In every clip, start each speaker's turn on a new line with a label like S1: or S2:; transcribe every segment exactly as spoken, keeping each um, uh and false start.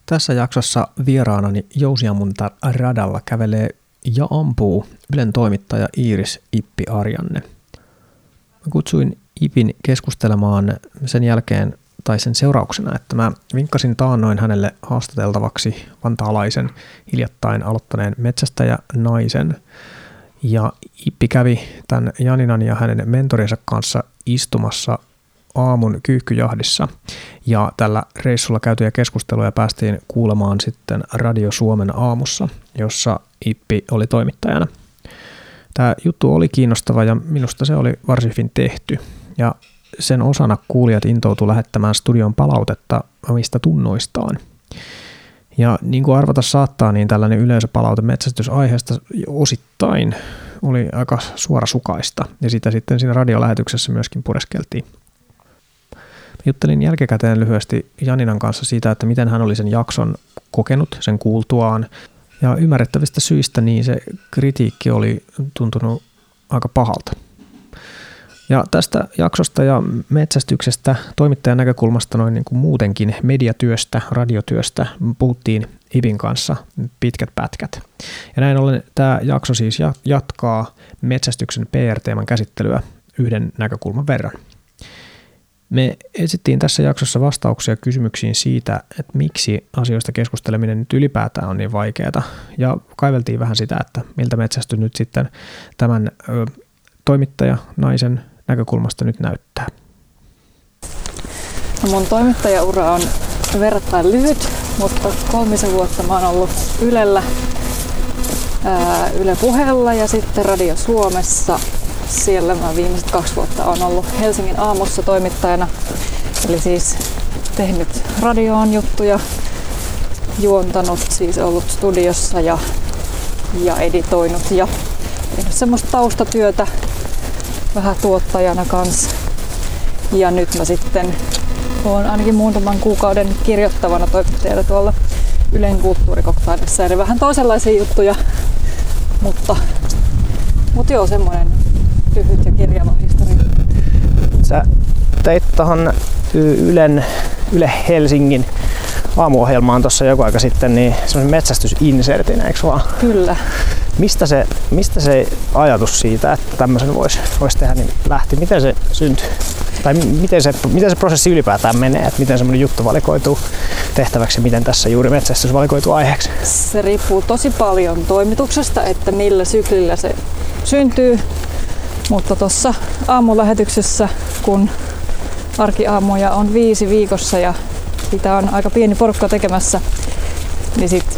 S1: Tässä jaksossa vieraanani Jousiammunta radalla kävelee ja ampuu Ylen toimittaja Iiris Ippi Arjanne. Mä kutsuin Ipin keskustelemaan sen jälkeen tai sen seurauksena, että mä vinkkasin taannoin hänelle haastateltavaksi vantaalaisen hiljattain aloittaneen metsästäjä naisen. Ja Ippi kävi tämän Janinan ja hänen mentorinsa kanssa istumassa aamun kyyhkyjahdissa. Ja tällä reissulla käytyjä keskusteluja päästiin kuulemaan sitten Radio Suomen aamussa, jossa Ippi oli toimittajana. Tämä juttu oli kiinnostava ja minusta se oli varsin hyvin tehty. Ja sen osana kuulijat intoutuivat lähettämään studion palautetta omista tunnoistaan. Ja niin kuin arvata saattaa, niin tällainen yleisöpalaute metsästysaiheesta osittain oli aika suorasukaista. Ja sitä sitten siinä radiolähetyksessä myöskin pureskeltiin. Juttelin jälkikäteen lyhyesti Janinan kanssa siitä, että miten hän oli sen jakson kokenut, sen kuultuaan. Ja ymmärrettävistä syistä niin se kritiikki oli tuntunut aika pahalta. Ja tästä jaksosta ja metsästyksestä toimittajan näkökulmasta noin niin kuin muutenkin mediatyöstä, radiotyöstä puhuttiin Ipin kanssa pitkät pätkät. Ja näin ollen tämä jakso siis jatkaa metsästyksen P R-teeman käsittelyä yhden näkökulman verran. Me esittiin tässä jaksossa vastauksia kysymyksiin siitä, että miksi asioista keskusteleminen nyt ylipäätään on niin vaikeaa. Ja kaiveltiin vähän sitä, että miltä metsästys nyt sitten tämän ö, toimittaja naisen näkökulmasta nyt näyttää.
S2: No mun toimittajaura on verrattain lyhyt, mutta kolmisen vuotta mä oon ollut Ylellä, ää, Yle Puheella ja sitten Radio Suomessa. Siellä mä viimeiset kaksi vuotta oon ollut Helsingin aamussa toimittajana, eli siis tehnyt radioon juttuja, juontanut, siis ollut studiossa ja, ja editoinut ja tehnyt semmoista taustatyötä vähän tuottajana kanssa. Ja nyt mä sitten oon ainakin muutaman kuukauden kirjoittavana toimittajana tuolla Ylen kulttuurikoktailissa, eli vähän toisenlaisia juttuja, mutta, mutta joo, semmoinen lyhyt ja kirjava historia.
S3: Sä teit tuohon Ylen, Yle Helsingin aamuohjelmaan tuossa joku aika sitten niin semmoisen metsästysinsertin, eikö vaan?
S2: Kyllä.
S3: Mistä se, mistä se ajatus siitä, että tämmöisen voisi vois tehdä, niin lähti? Miten se syntyi? Tai miten se, miten se prosessi ylipäätään menee? Että miten semmoinen juttu valikoituu tehtäväksi ja miten tässä juuri metsästys valikoituu aiheeksi?
S2: Se riippuu tosi paljon toimituksesta, että millä syklillä se syntyy. Mutta tuossa aamulähetyksessä, kun arkiaamuja on viisi viikossa ja sitä on aika pieni porukka tekemässä, niin sit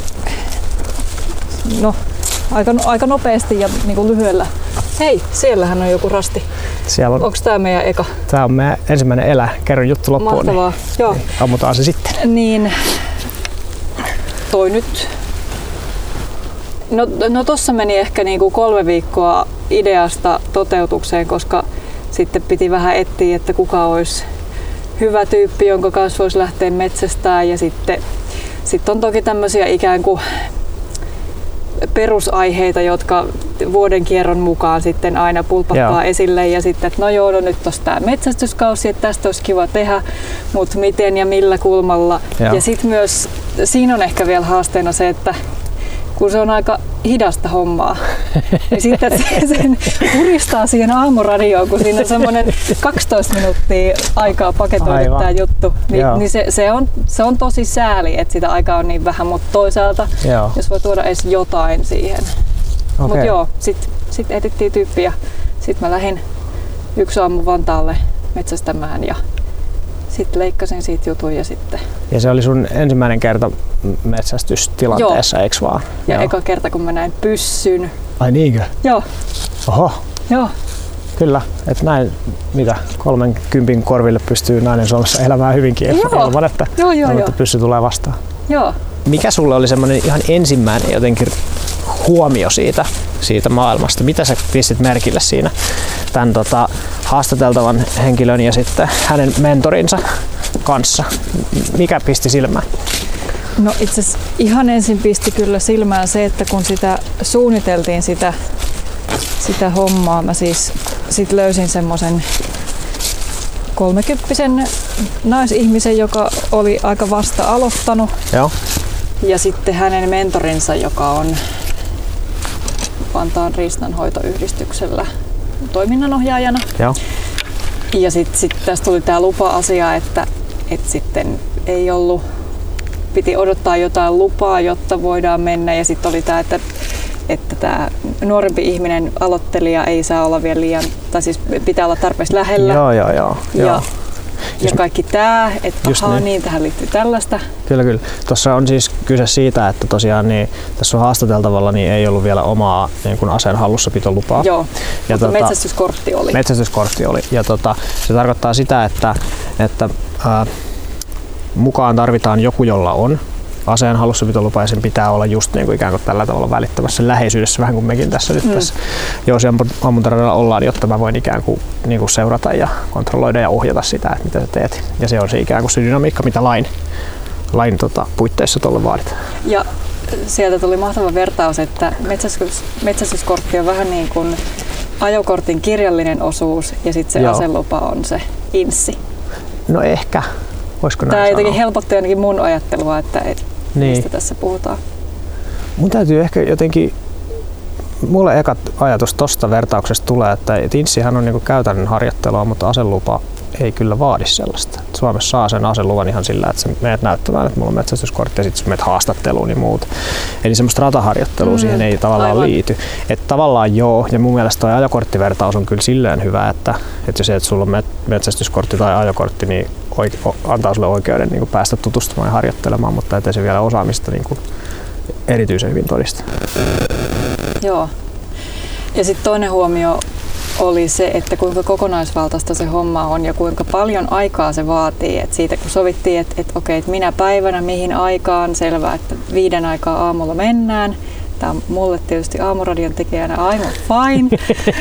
S2: no, aika, aika nopeasti ja niin kuin lyhyellä. Hei, siellähän on joku rasti.
S3: Siellä on,
S2: onko tää meidän eka?
S3: Tää on meidän ensimmäinen elä. Kerro juttu loppuun.
S2: Mahtavaa,
S3: niin,
S2: joo.
S3: Niin ammutaan se sitten.
S2: Niin, toi nyt. No, no tossa meni ehkä niinku kolme viikkoa ideasta toteutukseen, koska sitten piti vähän etsiä, että kuka olisi hyvä tyyppi, jonka kanssa voisi lähteä metsästään. Ja sitten sit on toki tämmöisiä ikään kuin perusaiheita, jotka vuoden kierron mukaan sitten aina pulpahtaa esille. Ja sitten, että no joo, no nyt tossa tää metsästyskausi, että tästä olisi kiva tehdä, mutta miten ja millä kulmalla. Joo. Ja sitten myös siinä on ehkä vielä haasteena se, että kun se on aika hidasta hommaa, niin sitten sen puristaa siihen aamuradioon, kun siinä on semmoinen kaksitoista minuuttia aikaa paketoida tämä juttu, niin, niin se, se, on, se on tosi sääli, että sitä aikaa on niin vähän, mutta toisaalta, joo, jos voi tuoda edes jotain siihen. Okay. Mutta joo, sitten sit etittiin tyyppiä, sitten mä lähdin yksi aamu Vantaalle metsästämään ja sitten leikkasin siitä jutun ja sitten...
S3: Ja se oli sun ensimmäinen kerta metsästystilanteessa, eikö vaan?
S2: Ja
S3: joo,
S2: eka kerta kun mä näin pyssyn.
S3: Ai niinkö?
S2: Joo.
S3: Oho.
S2: Joo.
S3: Kyllä, että näin mitä kolmenkympin korville pystyy nainen Suomessa elämään hyvinkin ilman, että,
S2: joo, joo,
S3: että pyssy tulee vastaan.
S2: Joo.
S3: Mikä sulle oli semmoinen ihan ensimmäinen jotenkin huomio siitä, siitä maailmasta? Mitä sä pistit merkille siinä tämän tota, haastateltavan henkilön ja sitten hänen mentorinsa kanssa? Mikä pisti silmään?
S2: No itse asiassa ihan ensin pisti kyllä silmään se, että kun sitä suunniteltiin sitä, sitä hommaa, mä siis sit löysin semmoisen kolmekymppisen naisihmisen, joka oli aika vasta aloittanut.
S3: Joo.
S2: Ja sitten hänen mentorinsa, joka on Vantaan riistanhoitoyhdistyksellä toiminnanohjaajana.
S3: Joo.
S2: Ja sitten sit tästä tuli tämä lupa-asia, että, että sitten ei ollut, piti odottaa jotain lupaa, jotta voidaan mennä. Ja sitten oli tämä, että, että tämä nuorempi ihminen, aloittelija, ei saa olla vielä liian, tai siis pitää olla tarpeeksi lähellä.
S3: Joo, joo, joo.
S2: Ja,
S3: joo.
S2: ja kaikki tämä, että ahaa, niin. niin tähän liittyy tällaista.
S3: Kyllä, kyllä. Tuossa on siis kyse siitä, että tosiaan niin, tässä on haastateltavalla niin ei ollut vielä omaa niin kuin aseen hallussapitolupaa.
S2: Joo,
S3: ja
S2: mutta
S3: tota,
S2: metsästyskortti oli.
S3: Metsästyskortti oli. Ja tota, se tarkoittaa sitä, että, että ää, mukaan tarvitaan joku, jolla on aseen hallussapitolupa ja sen pitää olla just niin kuin ikään kuin tällä tavalla välittävässä läheisyydessä, vähän kuin mekin tässä nyt mm. tässä jousiammuntaradalla ollaan, jotta mä voin ikään kuin, niin kuin seurata ja kontrolloida ja ohjata sitä, että mitä sä teet. Ja se on se ikään kuin se dynamiikka, mitä lain, lain tota, puitteissa tuolle vaaditaan.
S2: Ja sieltä tuli mahtava vertaus, että metsästys, metsästyskortti on vähän niin kuin ajokortin kirjallinen osuus ja sitten se Joo. aselupa on se inssi.
S3: No ehkä. Voisiko
S2: Tämä jotenkin
S3: sanoa?
S2: helpotti ainakin mun ajattelua, että et, niin. mistä tässä puhutaan.
S3: Mun täytyy ehkä jotenkin, mulle eka ajatus tosta vertauksesta tulee, että inssihän on niinku käytännön harjoittelua, mutta aselupa ei kyllä vaadi sellaista. Suomessa saa sen aseluvan ihan sillä, että sä menet näyttämään, että mulla on metsästyskortti ja sitten sä menet haastatteluun ja muuta. Eli semmoista rataharjoittelua mm, siihen ei tavallaan aivan. liity. Että tavallaan joo, ja mun mielestä toi ajokorttivertaus on kyllä silleen hyvä, että, että jos et sulla on metsästyskortti tai ajokortti, niin oike- antaa sulle oikeuden niin kuin päästä tutustumaan ja harjoittelemaan, mutta ettei se vielä osaamista niin kuin erityisen hyvin todista.
S2: Joo. Ja sitten toinen huomio oli se, että kuinka kokonaisvaltaista se homma on ja kuinka paljon aikaa se vaatii. Et siitä kun sovittiin, että et, okei, et minä päivänä, mihin aikaan, selvää, että viiden aikaa aamulla mennään. Tämä on mulle tietysti aamuradion tekijänä aivan fine.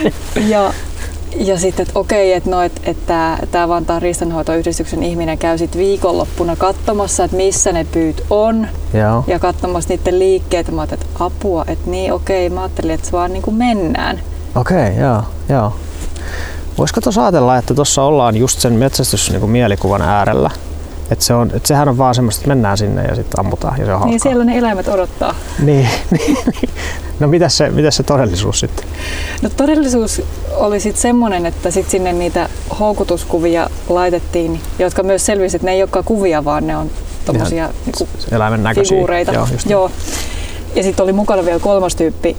S2: ja, ja sitten, että okei, että no, et, et tämä Vantaan riistanhoitoyhdistyksen ihminen käy sitten viikonloppuna katsomassa, että missä ne pyyt on. Joo. Ja katsomassa niiden liikkeitä. Mä ajattelin, että apua, että niin okei, mä ajattelin, että se vaan niin kuin mennään.
S3: Okei, okay, joo, joo. Voisiko tuossa ajatella, että tuossa ollaan just sen metsästysmielikuvan äärellä? Että se on, et sehän on vaan semmoista, että mennään sinne ja sitten ammutaan ja se on hauskaa.
S2: Niin siellä ne eläimet odottaa.
S3: Niin, niin. No mitäs se, mitäs se todellisuus sitten?
S2: No todellisuus oli sitten semmoinen, että sit sinne niitä houkutuskuvia laitettiin, jotka myös selvisi, että ne ei olekaan kuvia, vaan ne on tommosia niinku
S3: eläimen näköisiä
S2: figuureita. Joo, Joo. Ja sitten oli mukana vielä kolmas tyyppi,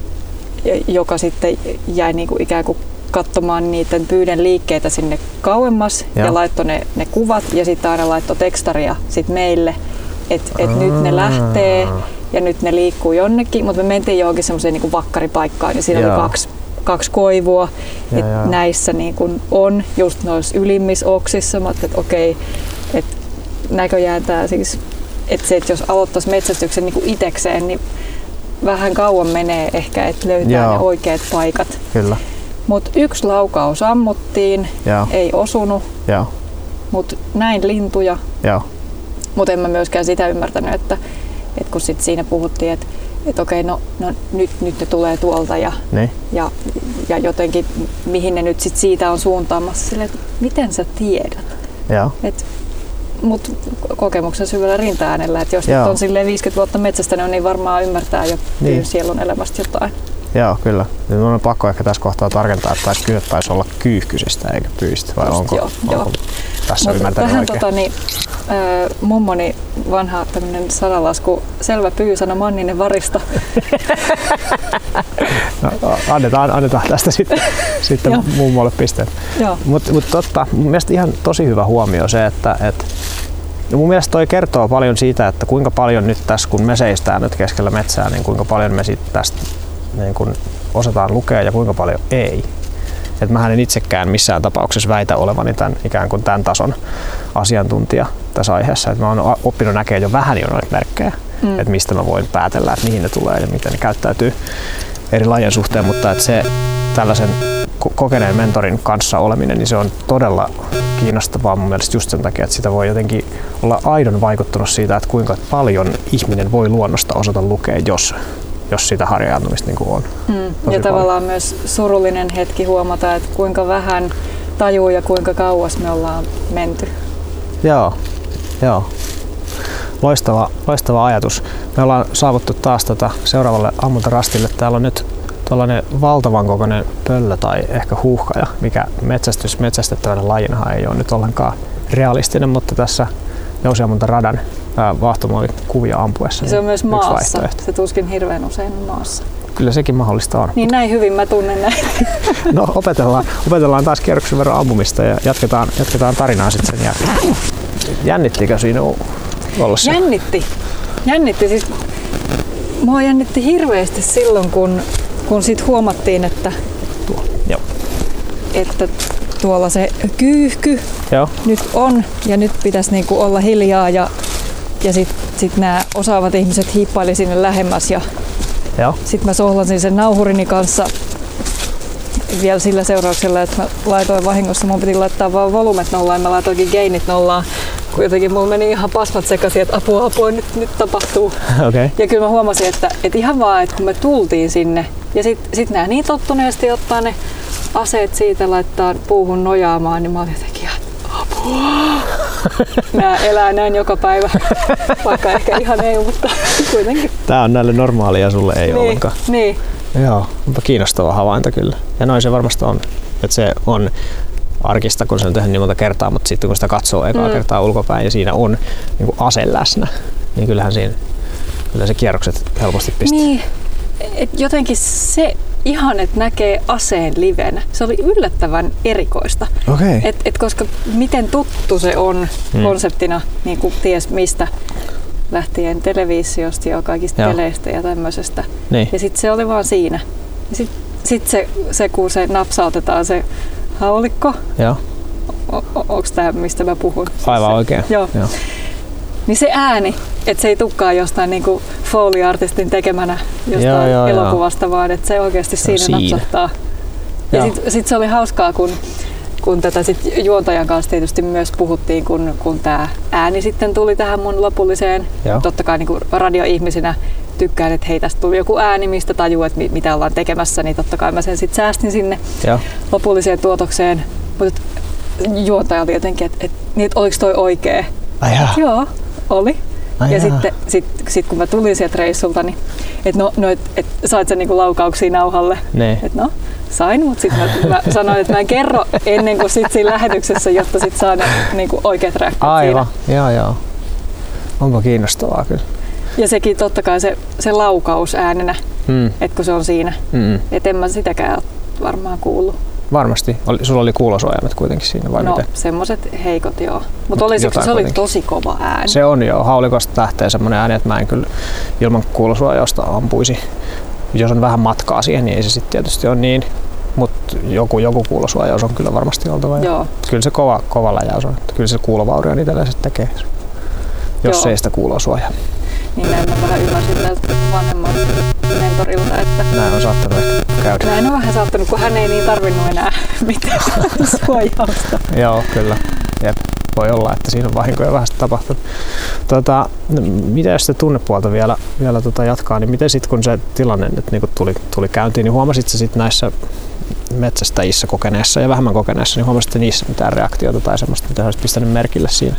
S2: joka sitten jäi niinku ikään kuin katsomaan niiden pyyden liikkeitä sinne kauemmas Joo. ja laittoi ne, ne kuvat ja sitten aina laittoi tekstaria sit meille, että et nyt ne lähtee ja nyt ne liikkuu jonnekin, mutta me mentiin johonkin semmoiseen niinku vakkaripaikkaan ja siinä Joo. oli kaksi, kaksi koivua, että näissä niinku on just noissa ylimmissä oksissa, että okei, että näköjään tämä siis, että se, että jos aloittaisi metsästyksen niinku itekseen, niin vähän kauan menee ehkä, että löytää Joo. ne oikeat paikat.
S3: Kyllä.
S2: Mutta yksi laukaus ammuttiin, Joo. ei osunut, mutta näin lintuja. Mutta en mä myöskään sitä ymmärtänyt, että, että kun sit siinä puhuttiin, että, että okei, no, no nyt, nyt ne tulee tuolta ja, niin. ja, ja jotenkin mihin ne nyt sit siitä on suuntaamassa, silleen, että miten sä tiedät? Et, mutta kokemuksen syvällä rinta-äänellä, että jos Joo. nyt on silleen viisikymmentä vuotta metsästänyt, niin varmaan ymmärtää jo niin. sielun elämästä jotain.
S3: Joo, kyllä. Nyt on pakko ehkä tässä kohtaa tarkentaa, että taisi kyse taisi olla kyyhkysistä eikä pyistä, vai onko,
S2: joo,
S3: onko
S2: joo.
S3: tässä Mut ymmärtänyt
S2: tähän
S3: oikein?
S2: Tota, niin, äh, mummoni vanha tämmöinen sanalasku, selvä pyy, sana Manninen varista.
S3: no, annetaan, annetaan tästä sitten, sitten mummolle pisteet. Mutta mut totta, mun mielestä ihan tosi hyvä huomio se, että et, ja mun mielestä toi kertoo paljon siitä, että kuinka paljon nyt tässä, kun me seistään nyt keskellä metsää, niin kuinka paljon me sitten tästä niin kun osataan lukea ja kuinka paljon ei. Et mähän en itsekään missään tapauksessa väitä olevani tämän, ikään kuin tämän tason asiantuntija tässä aiheessa. Et mä oon oppinut näkemään jo vähän jo noita merkkejä, mm. että mistä mä voin päätellä, että mihin ne tulee ja miten ne käyttäytyy eri lajien suhteen, mutta että se tällaisen kokeneen mentorin kanssa oleminen, niin se on todella kiinnostavaa mun mielestä just sen takia, että sitä voi jotenkin olla aidon vaikuttunut siitä, että kuinka paljon ihminen voi luonnosta osata lukea, jos jos sitä harjaantumista niin kuin on.
S2: Mm. Ja paljon. Tavallaan myös surullinen hetki huomata, että kuinka vähän tajuu ja kuinka kauas me ollaan menty.
S3: Joo, joo. Loistava, loistava ajatus. Me ollaan saavuttu taas tota seuraavalle ammuntarastille. Täällä on nyt tuollainen valtavan kokoinen pöllö tai ehkä huuhkaja, mikä metsästys metsästettävänä lajinahan ei ole nyt ollenkaan realistinen, mutta tässä jousiammuntaradan vaahtomuovi kuvia ampuessa.
S2: Se on myös maassa. Se tuskin hirveän usein maassa.
S3: Kyllä sekin mahdollista on.
S2: Niin näin hyvin mä tunnen näin.
S3: No opetellaan, opetellaan taas kierroksen verran ampumista ja jatketaan, jatketaan tarinaa sitten sen jälkeen. Jännittikö sinua ollessa?
S2: Jännitti. Jännitti. Siis, mua jännitti hirveästi silloin, kun, kun sit huomattiin, että,
S3: Tuo. Joo.
S2: että tuolla se kyyhky
S3: Joo.
S2: nyt on ja nyt pitäisi niinku olla hiljaa ja, ja sitten sit nämä osaavat ihmiset hiippaili sinne lähemmäs ja sitten mä sohlasin sen nauhurini kanssa vielä sillä seurauksella, että mä laitoin vahingossa, mun piti laittaa vaan volumet nollaan ja mä laitoinkin gainit nollaan. Kun jotenkin mulla meni ihan pasmat sekaisin, että apua, apua, nyt, nyt tapahtuu.
S3: Okay.
S2: Ja kyllä mä huomasin, että, että ihan vaan, että kun me tultiin sinne ja sit, sit nää niin tottuneesti ottaa ne aseet siitä, laittaa puuhun nojaamaan, niin mä olin jotenkin ihan, apua. Nää elää näin joka päivä, vaikka ehkä ihan ei, mutta kuitenkin.
S3: Tää on näille normaalia, sulle ei
S2: niin,
S3: ollenkaan.
S2: Niin.
S3: Joo, mutta kiinnostava havainto kyllä. Ja noin se varmasti on, että se on arkista, kun se on tehnyt niin monta kertaa, mutta sitten kun sitä katsoo ekaa mm. kertaa ulkopäin ja siinä on niin kuin ase läsnä, niin kyllähän siinä, kyllä se kierrokset helposti pistää.
S2: Niin, et jotenkin se ihan, että näkee aseen livenä, se oli yllättävän erikoista.
S3: Okay.
S2: Et, et koska miten tuttu se on mm. konseptina, niin kuin ties mistä, lähtien televisiosta ja kaikista Joo. teleistä ja tämmöisestä.
S3: Niin.
S2: Ja sitten se oli vaan siinä. Ja sitten sit se, se, kun se napsautetaan se haulikko,
S3: Joo.
S2: O, onko tämä mistä mä puhun?
S3: Aivan
S2: se,
S3: oikein.
S2: Joo. Joo. Niin se ääni, että se ei tukkaa jostain niinku Foley-artistin tekemänä jostain joo, joo, elokuvasta, joo. vaan että se oikeasti se siinä, siinä napsattaa. Ja sitten sit se oli hauskaa, kun, kun tätä sit juontajan kanssa tietysti myös puhuttiin, kun, kun tämä ääni sitten tuli tähän mun lopulliseen. Joo. Totta kai niinku radioihmisinä tykkään, että hei, tästä tuli joku ääni, mistä tajuu, että mitä ollaan tekemässä, niin totta kai mä sen sitten säästin sinne Joo. lopulliseen tuotokseen. Mutta juontaja oli jotenkin, että et, niin, et oliko toi oikee?
S3: Ai jaa.
S2: Joo, oli.
S3: Ai
S2: ja
S3: jaa.
S2: sitten sit, sit kun mä tulin sieltä reissulta, niin että no, no et, et, sait sä niinku laukauksia nauhalle? Että no, sain, mutta sitten mä, mä sanoin, että mä en kerro ennen kuin sit siinä lähetyksessä, jotta sit saa ne niinku oikeat räkket siinä.
S3: Aivan, joo joo. Onpa kiinnostavaa kyllä.
S2: Ja sekin totta kai se, se laukaus äänenä, mm. että kun se on siinä. Mm. Että en mä sitäkään varmaan kuullut.
S3: Varmasti. Oli, sulla oli kuulosuojaimet kuitenkin siinä vai
S2: no,
S3: miten?
S2: semmoset heikot joo. Mutta Mut se, se oli tosi kova ääni.
S3: Se on joo. Haulikosta lähtee semmoinen ääni, että mä en kyllä ilman kuulosuojausta ampuisi. Jos on vähän matkaa siihen, niin ei se sitten tietysti ole niin. Mutta joku, joku kuulosuojaus on kyllä varmasti oltava.
S2: Joo.
S3: Kyllä se kova, kova läjäys on. Kyllä se kuulovaurio itselleen se tekee, jos joo. ei sitä kuulosuojaa.
S2: Niin näin mä vähän ymmärsin tältä vanhemmalta mentorilta, että
S3: näin on saattanut käydä.
S2: Näin on vähän saattanut, kun hän ei niin tarvinnut enää mitään suojausta.
S3: Joo, kyllä. Jep. Voi olla, että siinä on vahinkoja vähän tapahtunut. Tota, no, mitä jos se tunnepuolta vielä, vielä tota jatkaa, niin miten sitten kun se tilanne nyt niin kun tuli, tuli käyntiin, niin huomasit sä sitten näissä metsästäjissä kokeneissa ja vähemmän kokeneissa, niin huomasit niissä mitään reaktiota tai semmoista, mitä olisit pistänyt merkille siinä?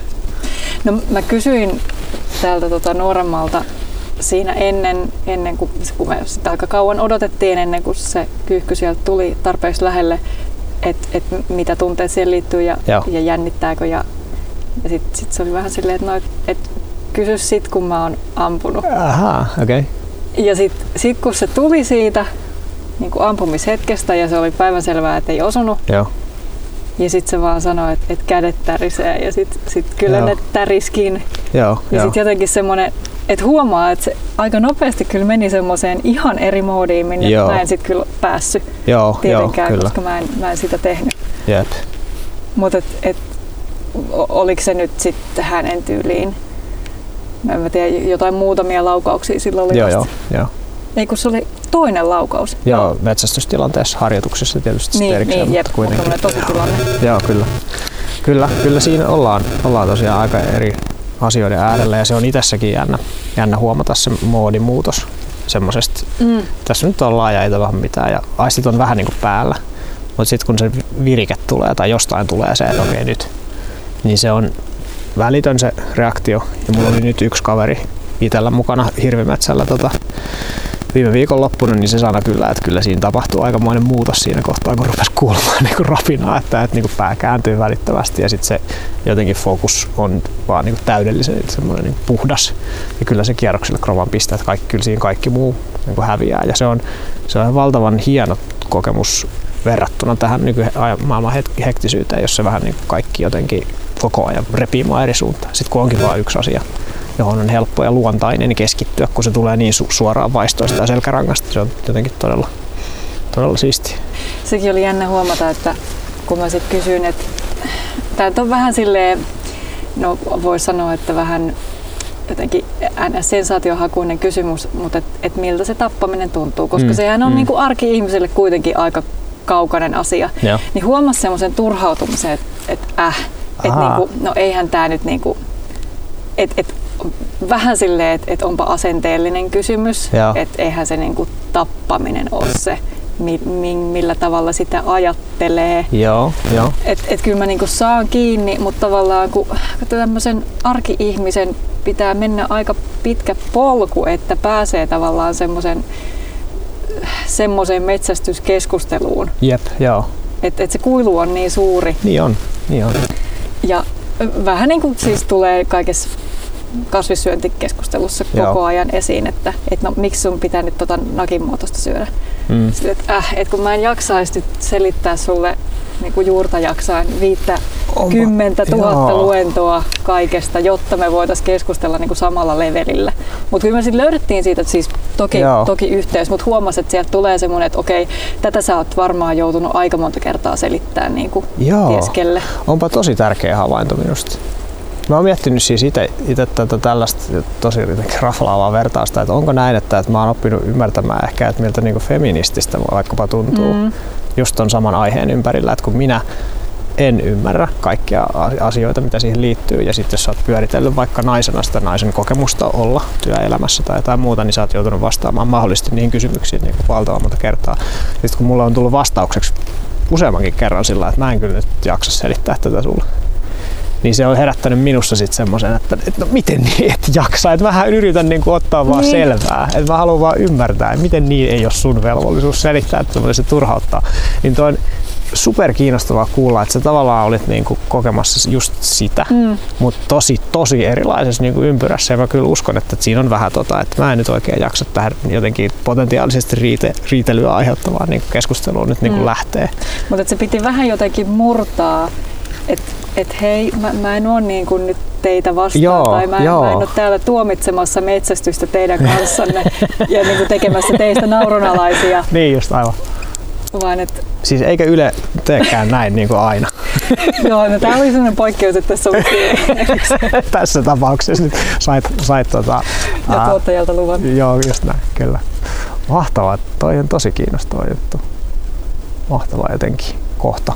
S2: No mä kysyin täältä tota nuoremmalta siinä ennen, ennen kuin, kun me sitä aika kauan odotettiin ennen kuin se kyyhky sieltä tuli tarpeeksi lähelle, että et mitä tunteet siihen liittyy ja, ja jännittääkö. Ja, ja sitten sit se oli vähän silleen, että no, et, et kysy sit kun mä oon ampunut.
S3: Aha, okei. Okay.
S2: Ja sitten sit kun se tuli siitä niin kuin ampumishetkestä ja se oli päivänselvää, että ei osunut. Joo. Ja sitten se vaan sanoi, että et kädet tärisee ja sitten sit kyllä Joo. ne täriskin. Joo, ja sitten jotenkin semmoinen, että huomaa, että se aika nopeasti kyllä meni semmoiseen ihan eri moodiin, minne Joo. mä en sitten kyllä päässyt Joo, tietenkään, jo, koska mä en, mä en sitä tehnyt.
S3: Jep.
S2: Mutta et, et, oliko se nyt sitten hänen tyyliin? Mä en tiedä, jotain muutamia laukauksia silloin oli
S3: Joo, joo, joo.
S2: Ei kun se oli toinen laukaus.
S3: Joo, metsästystilanteessa, harjoituksessa tietysti
S2: niin,
S3: erikseen,
S2: niin,
S3: mutta
S2: jep,
S3: kuitenkin.
S2: Niin, tosi tilanne.
S3: Joo, kyllä. Kyllä, kyllä siinä ollaan, ollaan tosiaan aika eri asioiden äärellä ja se on itsessäkin jännä, jännä huomata se moodimuutos semmosesta. Mm. Tässä nyt ollaan ja ei tapahdu mitään ja aistit on vähän niin kuin päällä. Mutta sitten kun se virike tulee tai jostain tulee se, että okei okay, nyt, niin se on välitön se reaktio. Ja mulla oli nyt yksi kaveri itsellä mukana hirvimetsällä tota, viime viikonloppuna, niin se sanoi kyllä, että kyllä siinä tapahtuu aikamoinen muutos siinä kohtaa, kun rupesi kuulemaan niin kuin rapinaa, että, että niin kuin pää kääntyy välittömästi ja sitten se jotenkin fokus on vaan niin kuin täydellisen semmoinen niin puhdas. Ja kyllä se kierrokselle krovan pistää, että kaikki, kyllä siinä kaikki muu niin kuin häviää. Ja se on, se on valtavan hieno kokemus verrattuna tähän nykymaailman hektisyyteen, jos se vähän niin kuin kaikki jotenkin koko ajan repii mua eri suuntaan. Sitten kun onkin vain yksi asia, johon on helppo ja luontainen niin keskittyä, kun se tulee niin su- suoraan vaistoista ja selkärangasta. Se on jotenkin todella, todella siistiä.
S2: Sekin oli jännä huomata, että kun mä sitten kysyin, että tämä on vähän silleen, no voi sanoa, että vähän jotenkin sensaatiohakuinen kysymys, mutta et, et miltä se tappaminen tuntuu, koska mm, sehän on mm. niin kuin arki-ihmiselle kuitenkin aika kaukainen asia. Joo. Niin huomasi semmoisen turhautumisen, että et, äh, että niinku, no eihän tämä nyt niinku, että et, vähän silleen, että et onpa asenteellinen kysymys, että eihän se niinku tappaminen ole se, mi, mi, millä tavalla sitä ajattelee.
S3: Joo, joo.
S2: Että et kyllä mä niinku saan kiinni, mutta tavallaan kun tämmöisen arki-ihmisen pitää mennä aika pitkä polku, että pääsee tavallaan semmoisen semmoiseen metsästyskeskusteluun.
S3: Jep, joo.
S2: Että et se kuilu on niin suuri.
S3: Niin on, niin on.
S2: Ja vähän niin kuin siis tulee kaikessa kasvissyöntikeskustelussa koko Joo. ajan esiin, että et no, miksi sun pitää nyt tota nakinmuotoista syödä. Mm. Sitten, että äh, et kun mä en jaksaisi nyt selittää sulle niin kuin juurta jaksain viittä kymmentä tuhatta luentoa kaikesta, jotta me voitaisiin keskustella niin kuin samalla levelillä. Mutta kyllä me sitten löydettiin siitä, että siis toki, toki yhteys, mutta huomasin, että sieltä tulee semmoinen, että okei, tätä sä oot varmaan joutunut aika monta kertaa selittämään niin kuin tieskelle.
S3: Onpa tosi tärkeä havainto minusta. Mä oon miettinyt siis itse tätä tällaista tosi raflaavaa vertausta, että onko näin, että, että mä oon oppinut ymmärtämään ehkä, että miltä niin kuin feminististä vaikkapa tuntuu mm. just ton saman aiheen ympärillä, että kun minä en ymmärrä kaikkia asioita, mitä siihen liittyy, ja sitten jos sä oot pyöritellyt vaikka naisena sitä naisen kokemusta olla työelämässä tai jotain muuta, niin sä oot joutunut vastaamaan mahdollisesti niihin kysymyksiin niin kuin valtavan monta kertaa. Sitten kun mulla on tullut vastaukseksi useammankin kerran sillä, että mä en kyllä nyt jaksa selittää tätä sulle, niin se on herättänyt minussa sitten semmoisen, että, että no miten niin et jaksa, että mä yritän niinku ottaa vaan niin. selvää, että mä haluan vaan ymmärtää, että miten niin ei ole sun velvollisuus selittää, että se turhauttaa. Niin toi on super kiinnostavaa kuulla, että sä tavallaan olit niinku kokemassa just sitä, mm. mutta tosi tosi erilaisessa niinku ympyrässä, ja mä kyllä uskon, että siinä on vähän tota, että mä en nyt oikein jaksa tähän jotenkin potentiaalisesti riite, riitelyä aiheuttavaan niinku keskusteluun nyt niinku mm. lähtee.
S2: Mutta se piti vähän jotenkin murtaa, että et hei, mä, mä en ole niin kuin nyt teitä vastaan, joo, tai mä, mä en ole täällä tuomitsemassa metsästystä teidän kanssanne ja niin kuin tekemässä teistä naurunalaisia.
S3: Niin just, aivan.
S2: Vaan et...
S3: Siis eikä Yle teekään näin niin kuin aina.
S2: Joo, no tää oli sellainen poikkeus, että tässä on
S3: tässä tapauksessa nyt sait, sait tota...
S2: Ja ää, tuottajalta luvan.
S3: Joo, just näin, kyllä. Mahtavaa, toi on tosi kiinnostava juttu. Mahtavaa jotenkin kohta.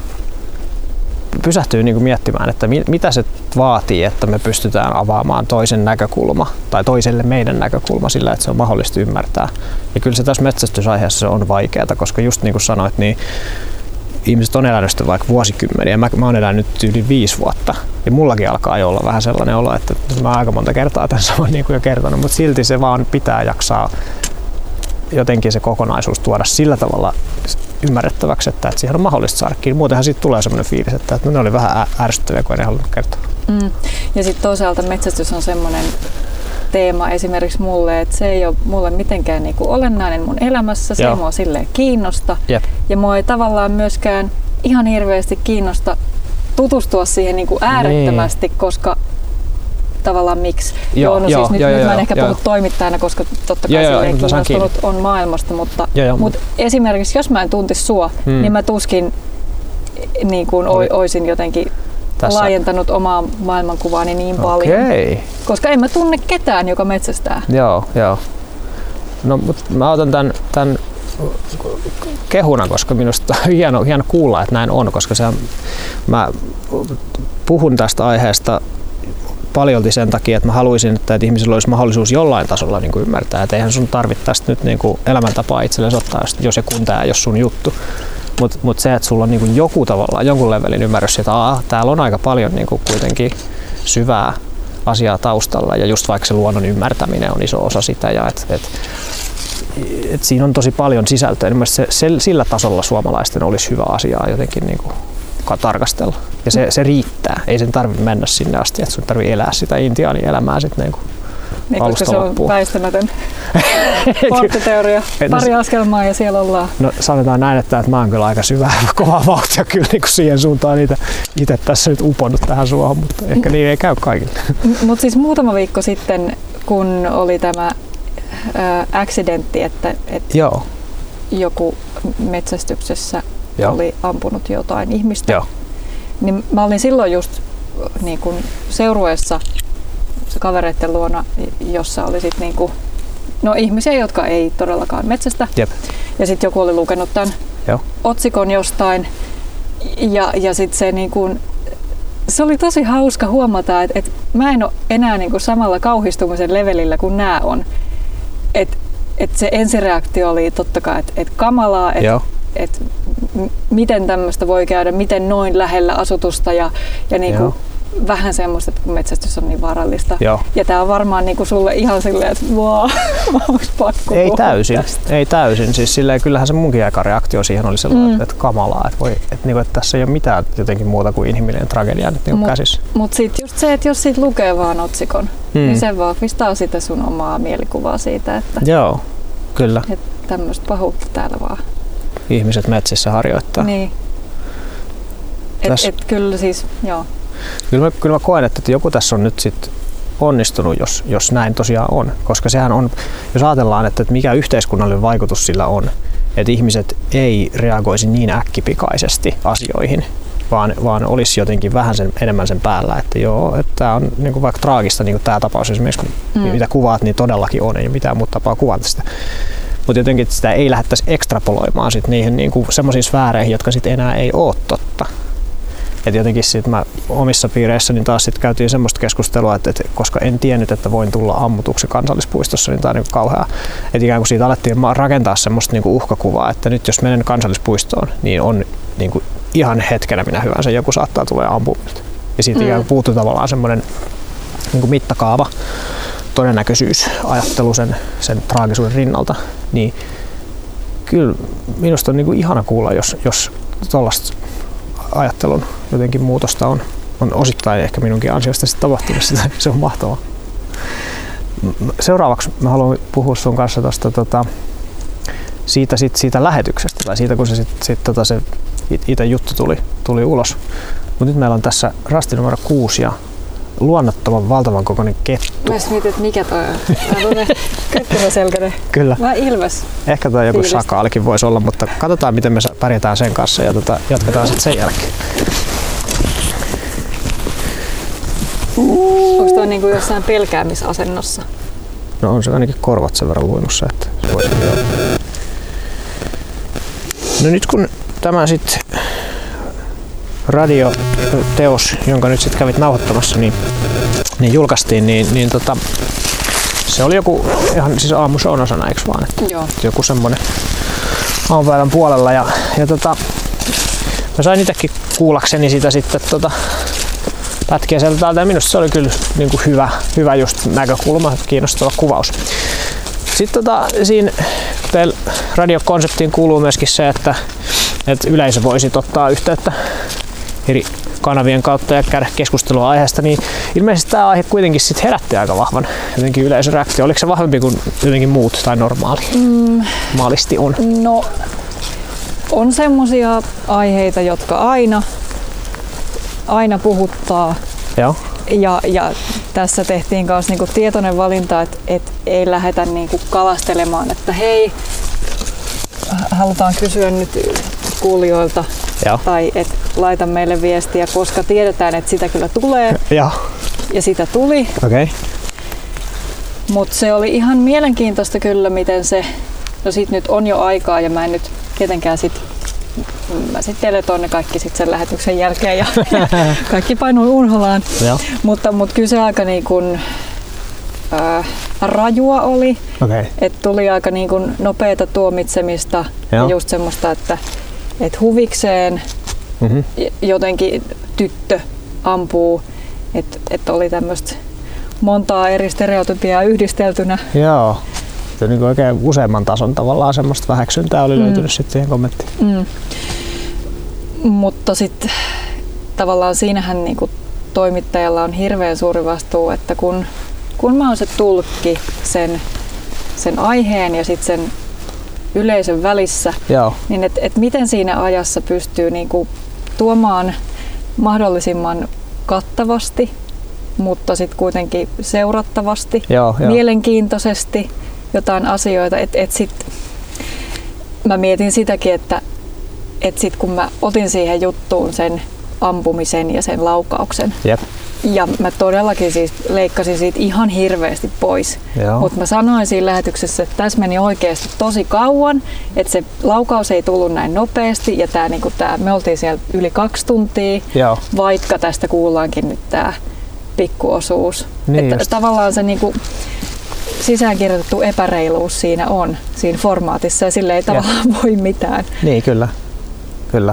S3: Pysähtyy niin kuin miettimään, että mitä se vaatii, että me pystytään avaamaan toisen näkökulma tai toiselle meidän näkökulma sillä, että se on mahdollista ymmärtää. Ja kyllä se tässä metsästysaiheessa on vaikeaa, koska just niin kuin sanoit, niin ihmiset on elänyt sitä vaikka vuosikymmeniä. Mä, mä oon elänyt yli viisi vuotta ja mullakin alkaa jo olla vähän sellainen olo, että mä oon aika monta kertaa tämän saman niin kuin jo kertonut, mutta silti se vaan pitää jaksaa jotenkin se kokonaisuus tuoda sillä tavalla ymmärrettäväksi, että, että siihen on mahdollista saada kiinni. Muutenhan siitä tulee sellainen fiilis, että, että ne oli vähän ärsyttäviä, kun en halunnut kertoa.
S2: Mm. Ja sitten toisaalta metsästys on sellainen teema esimerkiksi mulle, että se ei ole mulle mitenkään niinku olennainen mun elämässä, se Joo. ei mua silleen kiinnosta. Jep. Ja mua ei tavallaan myöskään ihan hirveästi kiinnosta tutustua siihen niinku äärettömästi, niin. koska tavallaan miksi. Joo, joo, no joo, siis nyt, joo, nyt joo, mä en ehkä joo. puhu toimittajana, koska totta kai joo, joo, kiinnostunut on maailmasta, mutta, joo, joo, mutta esimerkiksi jos mä en tuntisi sua, hmm. niin mä tuskin niin kuin o, oisin jotenkin tässä laajentanut omaa maailmankuvaani niin paljon.
S3: Okay.
S2: Koska en mä tunne ketään, joka metsästää.
S3: Joo, joo. No, mutta mä otan tämän, tämän kehuna, koska minusta on hieno, hieno kuulla, että näin on, koska se on, mä puhun tästä aiheesta paljolti sen takia, että mä haluaisin, että ihmisillä olisi mahdollisuus jollain tasolla niin kuin ymmärtää, että eihän sun tarvittaisi nyt niin kuin elämäntapaa itsellesi ottaa, jos ja kun tämä ei ole sun juttu. Mutta mut se, että sulla on niinku joku tavallaan, jonkun levelin ymmärrys, että aa, täällä on aika paljon niinku kuitenkin syvää asiaa taustalla ja just vaikka se luonnon ymmärtäminen on iso osa sitä ja et, et, et siinä on tosi paljon sisältöä. Se, se, sillä tasolla suomalaisten olisi hyvä asiaa jotenkin niinku tarkastella. Ja se, se riittää. Ei sen tarvitse mennä sinne asti, että sun tarvitsee elää sitä intiaanielämää sitten niinku
S2: niin, koska se on väistämätön porttiteoria. Pari askelmaa ja siellä ollaan.
S3: No sanotaan näin, että, että mä oon kyllä aika syvää kovaa vauhtia kyllä niin kuin siihen suuntaan niitä itse tässä nyt uponnut tähän suohon, mutta ehkä niin ei käy kaikille.
S2: Mutta siis muutama viikko sitten, kun oli tämä ää, accidentti, että, että
S3: Joo.
S2: joku metsästyksessä
S3: Joo.
S2: oli ampunut jotain ihmistä,
S3: Joo.
S2: niin mä olin silloin just niin kun seurueessa kavereiden luona, jossa oli sit niinku, no ihmisiä, jotka ei todellakaan metsästä.
S3: Jep.
S2: Ja sitten joku oli lukenut tämän
S3: Joo.
S2: otsikon jostain. Ja, ja sitten se, niinku, se oli tosi hauska huomata, että et mä en ole enää niinku samalla kauhistumisen levelillä kuin nämä on. Että et se ensireaktio oli totta kai, että et kamalaa, että et, m- miten tämmöistä voi käydä, miten noin lähellä asutusta ja, ja niinku, vähän semmoista, että kun metsästys on niin vaarallista.
S3: Joo.
S2: Ja tää on varmaan niinku sulle ihan silleen, että vaa, onks pakko
S3: Ei täysin,
S2: tästä?
S3: ei täysin. Siis silleen, kyllähän se munkin aika reaktio siihen oli sellainen, mm. että kamalaa, että, voi, että, niinku, että tässä ei ole mitään jotenkin muuta kuin inhimillinen tragedia nyt niinku
S2: mut,
S3: käsissä.
S2: Mut sit just se, että jos siitä lukee vaan otsikon, mm. niin se vahvistaa sitä sun omaa mielikuvaa siitä, että
S3: Joo, kyllä.
S2: Et tämmöistä pahuutta täällä vaan.
S3: Ihmiset metsissä harjoittaa.
S2: Niin. Et, et kyllä siis, joo.
S3: Kyllä mä, kyllä mä koen, että joku tässä on nyt sit onnistunut, jos, jos näin tosiaan on. Koska sehän on, jos ajatellaan, että, että mikä yhteiskunnallinen vaikutus sillä on, että ihmiset ei reagoisi niin äkkipikaisesti asioihin, vaan, vaan olisi jotenkin vähän sen, enemmän sen päällä, että joo, että tämä on niin kuin vaikka traagista, niin kuin tämä tapaus esimerkiksi, kun mm. mitä kuvaat, niin todellakin on, ei mitään muuta tapaa kuvata sitä. Mutta jotenkin sitä ei lähdettäisi ekstrapoloimaan sit niihin niin kuin semmoisiin sfääreihin, jotka sit enää ei ole totta. Et jotenkin sit mä omissa piireissä niin taas sit käytiin semmoista keskustelua, että, että koska en tiennyt, että voin tulla ammutuksi kansallispuistossa, niin tää on niin kauheaa. Että ikään kuin siitä alettiin rakentaa semmoista niin kuin uhkakuvaa, että nyt jos menen kansallispuistoon, niin on niin kuin ihan hetkenä minä hyvänsä joku saattaa tulla ja ampua. Ja siitä mm. ikään kuin puuttuu tavallaan semmoinen niin kuin mittakaava, todennäköisyysajattelu sen, sen traagisuuden rinnalta. Niin kyllä minusta on niin kuin ihana kuulla, jos, jos tuollaista ajattelun jotenkin muutosta on, on osittain ehkä minunkin ansiosta sitten tapahtunut. Sitä. Se on mahtavaa. Seuraavaksi mä haluan puhua sun kanssa tosta, tota, siitä, sit, siitä lähetyksestä tai siitä, kun se, sit, sit, tota, se itse juttu tuli, tuli ulos. Mutta nyt meillä on tässä rasti numero kuusi ja luonnottoman valtavan kokoinen kettu.
S2: Mä mietin, että mikä toi on. Kyttymäselkäinen.
S3: Kyllä.
S2: Vähän ilves.
S3: Ehkä toi joku
S2: Fiilistä.
S3: sakaalikin voisi olla, mutta katsotaan miten me pärjätään sen kanssa ja tota, jatketaan sitten sen jälkeen.
S2: Onko toi niinku jossain pelkäämisasennossa?
S3: No on se ainakin korvat sen verran luinnussa, että se voisi olla. No nyt kun tämä sitten radioteos, jonka nyt sitten kävit nauhoittamassa, niin, niin julkaistiin, niin, niin tota, se oli joku ihan siis aamushown osana, eikö vaan? Että
S2: Joo.
S3: joku semmonen aamupäivän puolella ja, ja tota, mä sain itsekin kuullakseni sitä sitten tota, pätkiä sieltä täältä ja minusta se oli kyllä niin kuin hyvä, hyvä just näkökulma, kiinnostava kuvaus. Sitten tota, siinä teillä radiokonseptiin kuuluu myöskin se, että, että yleisö voisi ottaa yhteyttä eri kanavien kautta ja käydä keskustelua aiheesta, niin ilmeisesti tämä aihe kuitenkin sit herätti aika vahvan jotenkin yleisöreaktio. Oliko se vahvempi kuin jotenkin muut tai normaali? Mm. Maalisti on.
S2: No, on semmosia aiheita, jotka aina, aina puhuttaa.
S3: Joo.
S2: Ja, ja tässä tehtiin myös niinku tietoinen valinta, että et ei lähdetä niinku kalastelemaan, että hei, halutaan kysyä nyt kuulijoilta.
S3: Joo.
S2: Tai että laita meille viestiä, koska tiedetään, että sitä kyllä tulee.
S3: Joo.
S2: Ja sitä tuli.
S3: Okei. Okay.
S2: Mutta se oli ihan mielenkiintoista kyllä, miten se, no sit nyt on jo aikaa ja mä en nyt tietenkään sit, mä sit teletoin ne kaikki sit sen lähetyksen jälkeen ja kaikki painui unholaan.
S3: Joo.
S2: Mutta, mutta kyllä se aika niin kuin, äh, rajua oli.
S3: Okay.
S2: Että tuli aika niin kuin nopeata tuomitsemista. Joo. Ja just semmoista, että et huvikseen
S3: Mm-hmm.
S2: jotenkin tyttö ampuu, että et oli tämmöistä montaa eri stereotypiaa yhdisteltynä.
S3: Joo. Se niin oikein useamman tason tavallaan semmoista väheksyntää oli mm. löytynyt sitten siihen kommenttiin.
S2: Mm. Mutta sitten tavallaan siinähän niinku toimittajalla on hirveän suuri vastuu, että kun, kun mä oon se tulkki sen, sen aiheen ja sitten sen yleisön välissä,
S3: Joo.
S2: niin että et miten siinä ajassa pystyy niinku tuomaan mahdollisimman kattavasti, mutta sitten kuitenkin seurattavasti,
S3: Joo, jo.
S2: mielenkiintoisesti jotain asioita. Et, et sit, mä mietin sitäkin, että et sit kun mä otin siihen juttuun sen ampumisen ja sen laukauksen,
S3: Jep.
S2: ja mä todellakin siis leikkasin siitä ihan hirveästi pois. Mutta mä sanoin siinä lähetyksessä, että tässä meni oikeasti tosi kauan, että se laukaus ei tullut näin nopeasti ja tää, niinku tää, me oltiin siellä yli kaksi tuntia,
S3: Joo.
S2: vaikka tästä kuullaankin nyt tää pikkuosuus.
S3: Niin
S2: että tavallaan se niinku sisäänkirjoitettu epäreiluus siinä on, siinä formaatissa ja sille ei tavallaan ja. voi mitään.
S3: Niin, kyllä. kyllä.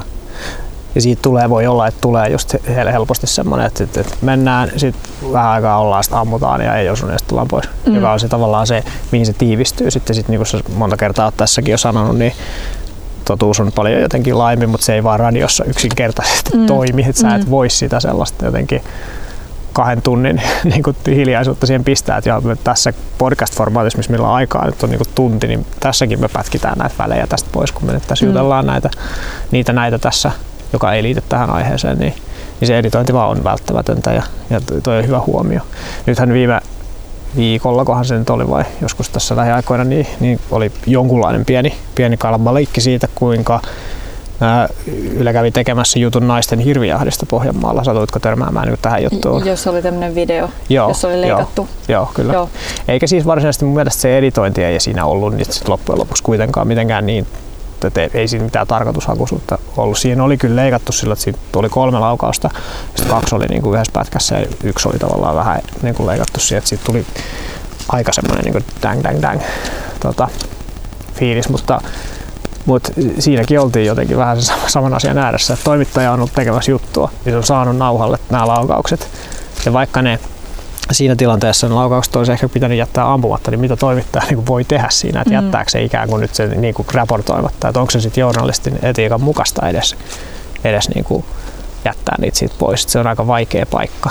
S3: Ja siitä tulee, voi olla, että tulee just helposti semmoinen, että, että mennään, sitten vähän aikaa ollaan, sitten ammutaan ja ei osu, ja sitten tullaan pois. Mm. Joka on se tavallaan se, mihin se tiivistyy. Sitten sit, niin kuin sä monta kertaa oot tässäkin jo sanonut, niin totuus on paljon jotenkin laajempi, mutta se ei vaan radiossa yksinkertaisesti mm. toimi. Että sä et voi sitä sellaista jotenkin kahden tunnin niin kuin hiljaisuutta siihen pistää. Että tässä podcast-formaatissa, missä meillä on aikaa, nyt on niin kuin tunti, niin tässäkin me pätkitään näitä välejä tästä pois, kun me nyt tässä mm. jutellaan näitä, niitä näitä tässä, joka ei liity tähän aiheeseen, niin, niin se editointi vaan on välttämätöntä ja, ja toi on hyvä huomio. Nythän viime viikolla, kohan se nyt oli vai joskus tässä lähiaikoina, niin, niin oli jonkunlainen pieni, pieni kalabaliikki siitä, kuinka ää, Yle kävi tekemässä jutun naisten hirvijahdista Pohjanmaalla. Satuitko törmäämään niin tähän juttuun?
S2: Jos oli tämmöinen video,
S3: joo,
S2: jossa oli leikattu.
S3: Joo, joo kyllä. Joo. Eikä siis varsinaisesti mun mielestä se editointi ei siinä ollut niin loppujen lopuksi kuitenkaan mitenkään niin, että ei siinä mitään tarkoitushakuisuutta ollut. Siinä oli kyllä leikattu sillä, että siinä tuli kolme laukausta, sitten kaksi oli niin kuin yhdessä pätkässä ja yksi oli tavallaan vähän niin kuin leikattu siihen, että siitä tuli aika semmoinen niin kuin dang dang dang tota, fiilis, mutta, mutta siinäkin oltiin jotenkin vähän se saman asian ääressä, että toimittaja on ollut tekemässä juttua, niin se on saanut nauhalle nämä laukaukset ja vaikka ne siinä tilanteessa ne laukaukset olisi ehkä pitänyt jättää ampumatta, niin mitä toimittaja niin voi tehdä siinä, että mm. jättääkö se ikään kuin nyt se niin kuin raportoimatta, että onko se sitten journalistin etiikan mukaista edes, edes niin kuin jättää niitä siitä pois. Se on aika vaikea paikka.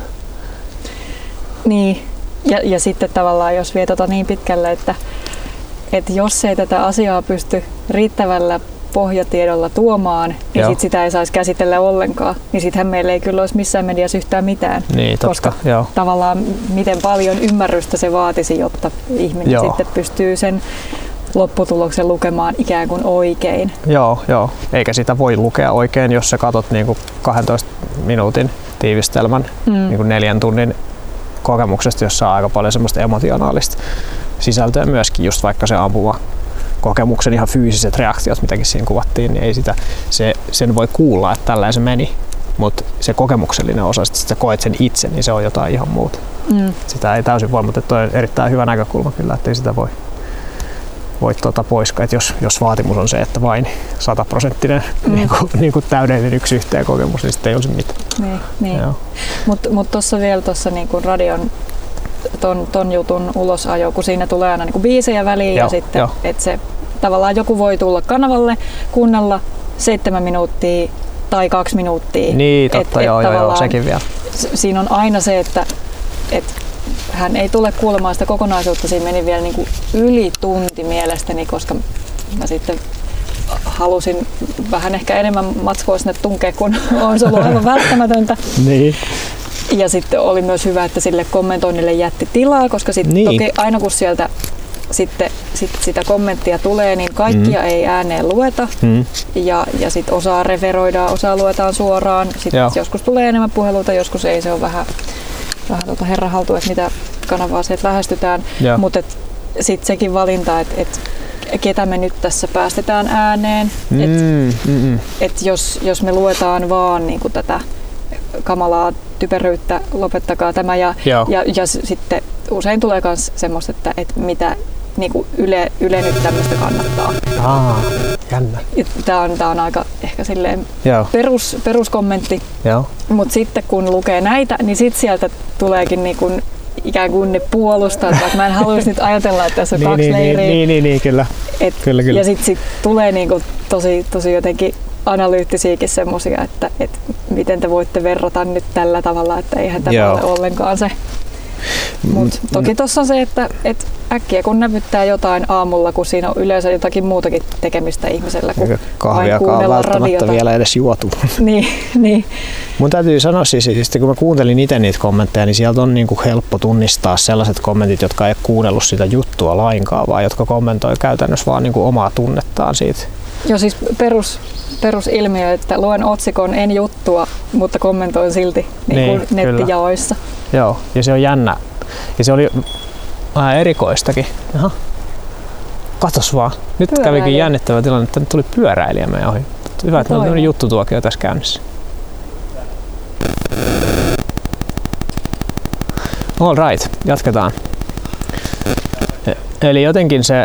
S2: Niin, ja, ja sitten tavallaan jos vie tota niin pitkälle, että, että jos ei tätä asiaa pysty riittävällä pohjatiedolla tuomaan, niin sit sitä ei saisi käsitellä ollenkaan. Niin sittenhän meillä ei kyllä olisi missään mediassa yhtään mitään.
S3: Niin, totta,
S2: koska
S3: joo.
S2: tavallaan miten paljon ymmärrystä se vaatisi, jotta ihminen joo. sitten pystyy sen lopputuloksen lukemaan ikään kuin oikein.
S3: Joo, joo. Eikä sitä voi lukea oikein, jos sä katot niinku kahdentoista minuutin tiivistelmän mm. niinku neljän tunnin kokemuksesta, jossa on aika paljon semmoista emotionaalista sisältöä myöskin, just vaikka se ampuma kokemuksen ihan fyysiset reaktiot, mitäkin siinä kuvattiin, niin ei sitä, se, sen voi kuulla, että tällä se meni, mutta se kokemuksellinen osa, että sä koet sen itse, niin se on jotain ihan muuta. Mm. Sitä ei täysin voi, mutta toi on erittäin hyvä näkökulma kyllä, että ei sitä voi, voi tuota pois, että jos, jos vaatimus on se, että vain sataprosenttinen mm. niin kuin, niin kuin täydellinen yksi yhteen kokemus, niin sitten ei olisi mitään.
S2: Niin, niin. Mutta mut tuossa vielä tuossa niin kuin radion Ton, ton jutun ulosajo, kun siinä tulee aina niinku biisejä väliin joo, ja sitten, että se tavallaan joku voi tulla kanavalle, kuunnella seitsemän minuuttia tai kaksi minuuttia.
S3: Niin, totta, et, joo, et joo, joo, sekin vielä.
S2: Siinä on aina se, että et hän ei tule kuulemaan sitä kokonaisuutta, siinä meni vielä niinku yli tunti mielestäni, koska mä sitten halusin vähän ehkä enemmän matskua sinne tunkea, kun on se ollut aivan välttämätöntä.
S3: Niin.
S2: Ja sitten oli myös hyvä, että sille kommentoinnille jätti tilaa, koska sitten
S3: niin.
S2: toki aina kun sieltä sitten sit sitä kommenttia tulee, niin kaikkia mm. ei ääneen lueta. Mm. Ja, ja sitten osaa referoidaan, osaa luetaan suoraan. Sitten joskus tulee enemmän puheluita, joskus ei. Se on vähän, vähän tuota herran haltu, että mitä kanavaa sieltä lähestytään. Mutta sitten sekin valinta, että et, ketä me nyt tässä päästetään ääneen. Mm. Että mm. et jos, jos me luetaan vaan niin kuin tätä kamalaa typeryyttä, lopettakaa tämä ja, ja, ja sitten usein tulee myös semmoista, että, että mitä niinku Yle, Yle nyt tämmöistä kannattaa.
S3: Aa, jännä.
S2: Tämä on, tää on aika ehkä silleen perus, peruskommentti,
S3: Joo.
S2: Mutta sitten kun lukee näitä, niin sitten sieltä tuleekin niinku ikään kuin ne puolustaa, että mä en haluaisi nyt ajatella, että tässä on
S3: niin,
S2: kaksi
S3: niin,
S2: leiriä.
S3: Niin, niin, niin, kyllä.
S2: Et,
S3: kyllä, kyllä.
S2: Ja sitten sit tulee niinku tosi, tosi jotenkin analyyttisiäkin semmosia, että et miten te voitte verrata nyt tällä tavalla, että eihän tämä
S3: Joo.
S2: ole ollenkaan se. Mutta toki tuossa on se, että et äkkiä kun näpyttää jotain aamulla, kun siinä on yleensä jotakin muutakin tekemistä ihmisellä, kun
S3: kahviakaan on välttämättä radiota. Vielä edes juotu.
S2: niin, niin.
S3: Mun täytyy sanoa siis, että kun mä kuuntelin itse niitä kommentteja, niin sieltä on niinku helppo tunnistaa sellaiset kommentit, jotka ei ole kuunnellut sitä juttua lainkaan, vaan jotka kommentoi käytännössä vaan niinku omaa tunnettaan siitä.
S2: Joo, siis perus, perusilmiö, että luen otsikon en juttua, mutta kommentoin silti niin, niin nettijaoissa.
S3: Kyllä. Joo, ja se on jännä. Ja se oli vähän erikoistakin. Aha. Katos vaan. Nyt kävikin jännittävä tilanne, että nyt tuli pyöräilijä meidän ohi. Hyvä, että on juttutuokio tässä käynnissä. All right, jatketaan. Eli jotenkin se,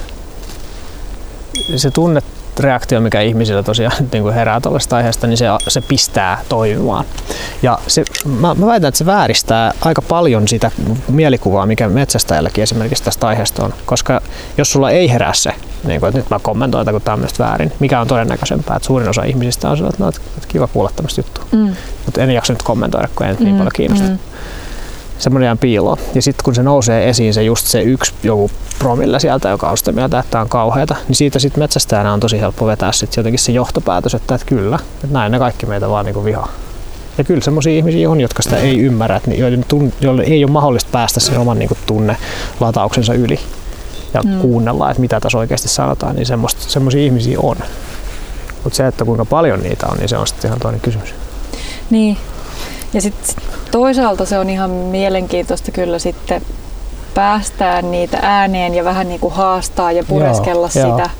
S3: se tunnereaktio, mikä ihmisillä tosiaan niin kuin herää tuollaisesta aiheesta, niin se, se pistää toimimaan. Ja se, mä, mä väitän, että se vääristää aika paljon sitä mielikuvaa, mikä metsästäjälläkin esimerkiksi tästä aiheesta on. Koska jos sulla ei herää se, niin kuin, että nyt mä kommentoin, että kun tämä on myös väärin, mikä on todennäköisempää, että suurin osa ihmisistä on sellainen, että no, että kiva kuulla tämmöistä juttua. Mm. Mutta en jaksa nyt kommentoida, kun ei mm. niin paljon kiinnosta. Mm. Semmoinen jää piiloon. Ja sitten kun se nousee esiin, se just se yksi joku promille sieltä, joka on sitä mieltä, että tämä on kauheata, niin siitä sitten metsästäjänä on tosi helppo vetää sitten jotenkin se johtopäätös, että, että kyllä, että näin ne kaikki meitä vaan niinku vihaa. Ja kyllä semmoisia ihmisiä on, jotka sitä ei ymmärrä, että joiden, joille ei ole mahdollista päästä sen oman niinku tunnelatauksensa yli ja mm. kuunnella, että mitä tässä oikeasti sanotaan, niin semmoisia ihmisiä on. Mutta se, että kuinka paljon niitä on, niin se on sitten ihan toinen kysymys.
S2: Niin. Ja sitten toisaalta se on ihan mielenkiintoista kyllä sitten päästää niitä ääneen ja vähän niin kuin haastaa ja pureskella joo, sitä.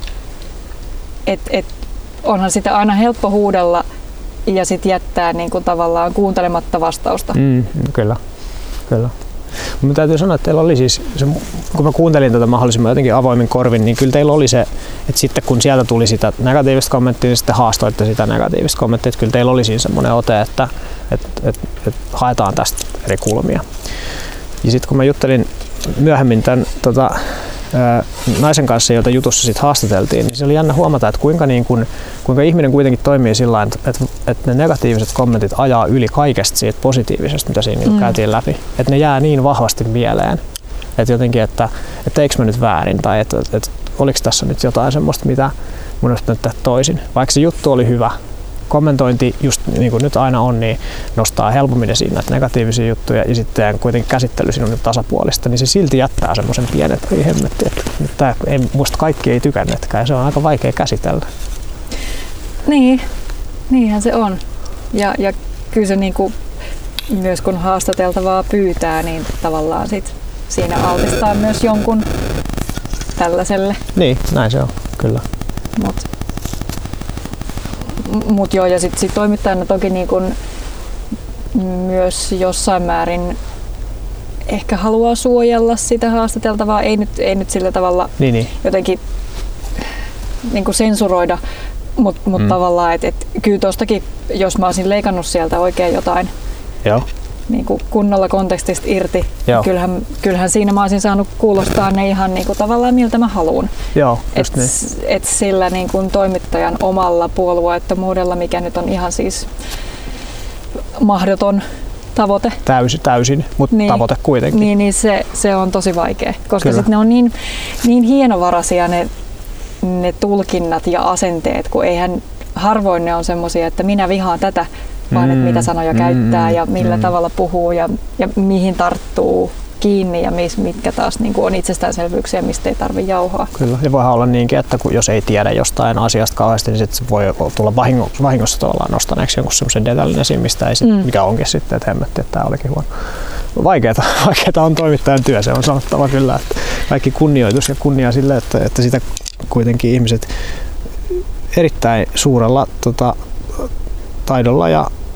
S2: Et, et onhan sitä aina helppo huudella ja sitten jättää niin kuin tavallaan kuuntelematta vastausta.
S3: Mm, kyllä, kyllä. Mutta täytyy sanoa, että teillä oli siis, se, kun mä kuuntelin tätä mahdollisimman jotenkin avoimin korvin, niin kyllä teillä oli se, että sitten kun sieltä tuli sitä negatiivista kommenttia, niin sitten haastoitte sitä negatiivista kommenttia, että kyllä teillä oli siinä semmoinen ote, että et, et, et haetaan tästä eri kulmia. Ja sitten kun mä juttelin myöhemmin tämän tota, ää, naisen kanssa, jota jutussa sit haastateltiin, niin se oli jännä huomata, että kuinka, niin kun, kuinka ihminen kuitenkin toimii sillä tavalla, että, että ne negatiiviset kommentit ajaa yli kaikesta siitä positiivisesta, mitä siinä mm. käytiin läpi. Että ne jää niin vahvasti mieleen, että jotenkin, että, että eikö mä nyt väärin tai että, että, että oliko tässä nyt jotain semmoista, mitä mun olisi pitänyt tehdä toisin. Vaikka se juttu oli hyvä, kommentointi, just niin kuin nyt aina on, niin nostaa helpommin esiin näitä negatiivisia juttuja ja sitten kuitenkin käsittely siinä on nyt tasapuolista, niin se silti jättää semmoisen pienen, että ei hemmetti, että nyt tää, ei, musta kaikki ei tykänneetkään ja se on aika vaikea käsitellä.
S2: Niin, niinhän se on. Ja, ja kyllä se niin kuin, myös kun haastateltavaa pyytää, niin tavallaan sit siinä altistaa myös jonkun tällaiselle.
S3: Niin, näin se on, kyllä.
S2: Mut. Mut joo, ja sitten sit toimittajana toki niin kun myös jossain määrin ehkä haluaa suojella sitä haastateltavaa, ei nyt, ei nyt sillä tavalla niin, niin. jotenkin niin kun sensuroida, mutta mut mm. tavallaan, että et, kyllä tostakin, jos mä olisin leikannut sieltä oikein jotain joo. Niin kun kunnolla kontekstista irti, niin kyllähän, kyllähän siinä mä olisin saanut kuulostaa ne ihan niin kun tavallaan miltä mä haluun.
S3: Joo,
S2: et, niin. et sillä niin kun toimittajan omalla puolueettomuudella, mikä nyt on ihan siis mahdoton tavoite.
S3: Täysin, täysin mutta niin, tavoite kuitenkin.
S2: Niin, niin se, se on tosi vaikea, koska sit ne on niin, niin hienovaraisia ne, ne tulkinnat ja asenteet, kun eihän harvoin ne on semmoisia, että minä vihaan tätä, vaan mm, että mitä sanoja mm, käyttää ja millä mm. tavalla puhuu ja, ja mihin tarttuu kiinni ja mis, mitkä taas niin kuin on itsestäänselvyyksiä, mistä ei tarvitse jauhaa.
S3: Kyllä, ja voihan olla niinkin, että kun, jos ei tiedä jostain asiasta kauheasti, niin sit se voi tulla vahingossa, vahingossa tavallaan nostaneeksi jonkun semmoisen detaljin esiin, mistä ei sit, mm. mikä onkin sitten, että hemmetti, että tämä olikin huono. Vaikeeta, vaikeeta on toimittajan työ, se on sanottava kyllä, että kaikki kunnioitus ja kunnia sille, että, että sitä kuitenkin ihmiset erittäin suurella tota, taidolla ja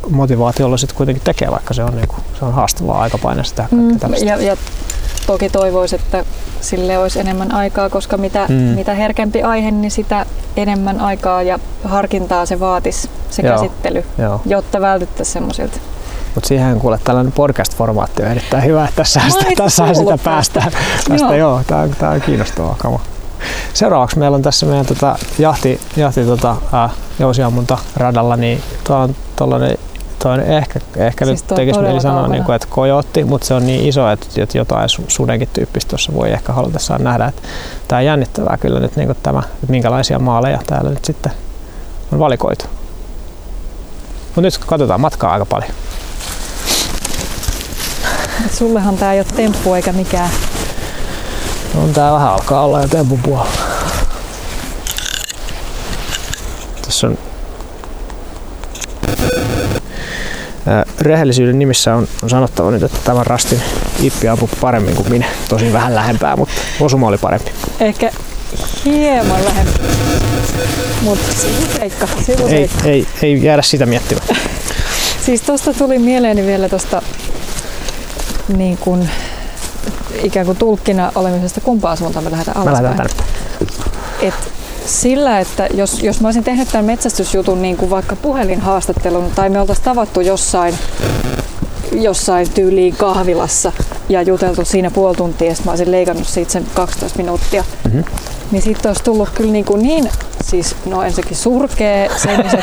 S3: motivaatiolla sitten kuitenkin tekee, vaikka se on, niinku, se on haastavaa aikapaineesta tehdä kaikkea
S2: mm, ja, ja toki toivoisi, että sille olisi enemmän aikaa, koska mitä, mm. mitä herkempi aihe, niin sitä enemmän aikaa ja harkintaa se vaatisi, se Joo. käsittely, Joo. jotta vältyttäisiin semmoisilta.
S3: Mutta siihen kuule tällainen podcast-formaatti on erittäin hyvä, että tässä, tässä sitä päästään. Tästä, joo, joo tämä on kiinnostavaa kama. Seuraavaksi meillä on tässä meidän tota, jahti, jahti tota, äh, jousiammunta radalla, niin tuo on tollainen, toi ehkä, ehkä siis nyt tekisi mieli sanoa, niin kuin, että kojootti, mutta se on niin iso, että, että jotain sudenkin tyyppistä tuossa voi ehkä halutessaan nähdä. Että tämä on jännittävää kyllä nyt, niin kuin tämä, että minkälaisia maaleja täällä nyt sitten on valikoitu. Mutta nyt katsotaan matkaa aika paljon.
S2: Et sullehan tää ei ole temppu eikä mikään.
S3: On tää vähän alkaa olla jo tempun puolella. Tässä on ää, rehellisyyden nimissä on, on sanottava nyt, että tämän rastin Ippi ampui paremmin kuin minä. Tosin vähän lähempää, mutta osuma oli parempi.
S2: Ehkä hieman lähempää. Mutta sivuseikka, sivuseikka.
S3: Ei, ei, ei jäädä sitä miettimään.
S2: Siis tosta tuli mieleeni vielä tosta niin kuin ikään kuin tulkkina olemisesta, kumpaan suuntaan me lähdetään alaspäin.
S3: Mä lähdetään
S2: Et sillä, että jos, jos mä olisin tehnyt tämän metsästysjutun niin kuin vaikka puhelinhaastattelun tai me oltaisiin tavattu jossain, jossain tyyliin kahvilassa ja juteltu siinä puoli tuntia ja sitten mä olisin leikannut siitä sen kaksitoista minuuttia, mm-hmm. niin siitä olisi tullut kyllä niin, kuin niin siis no ensinnäkin surkea sellaiset,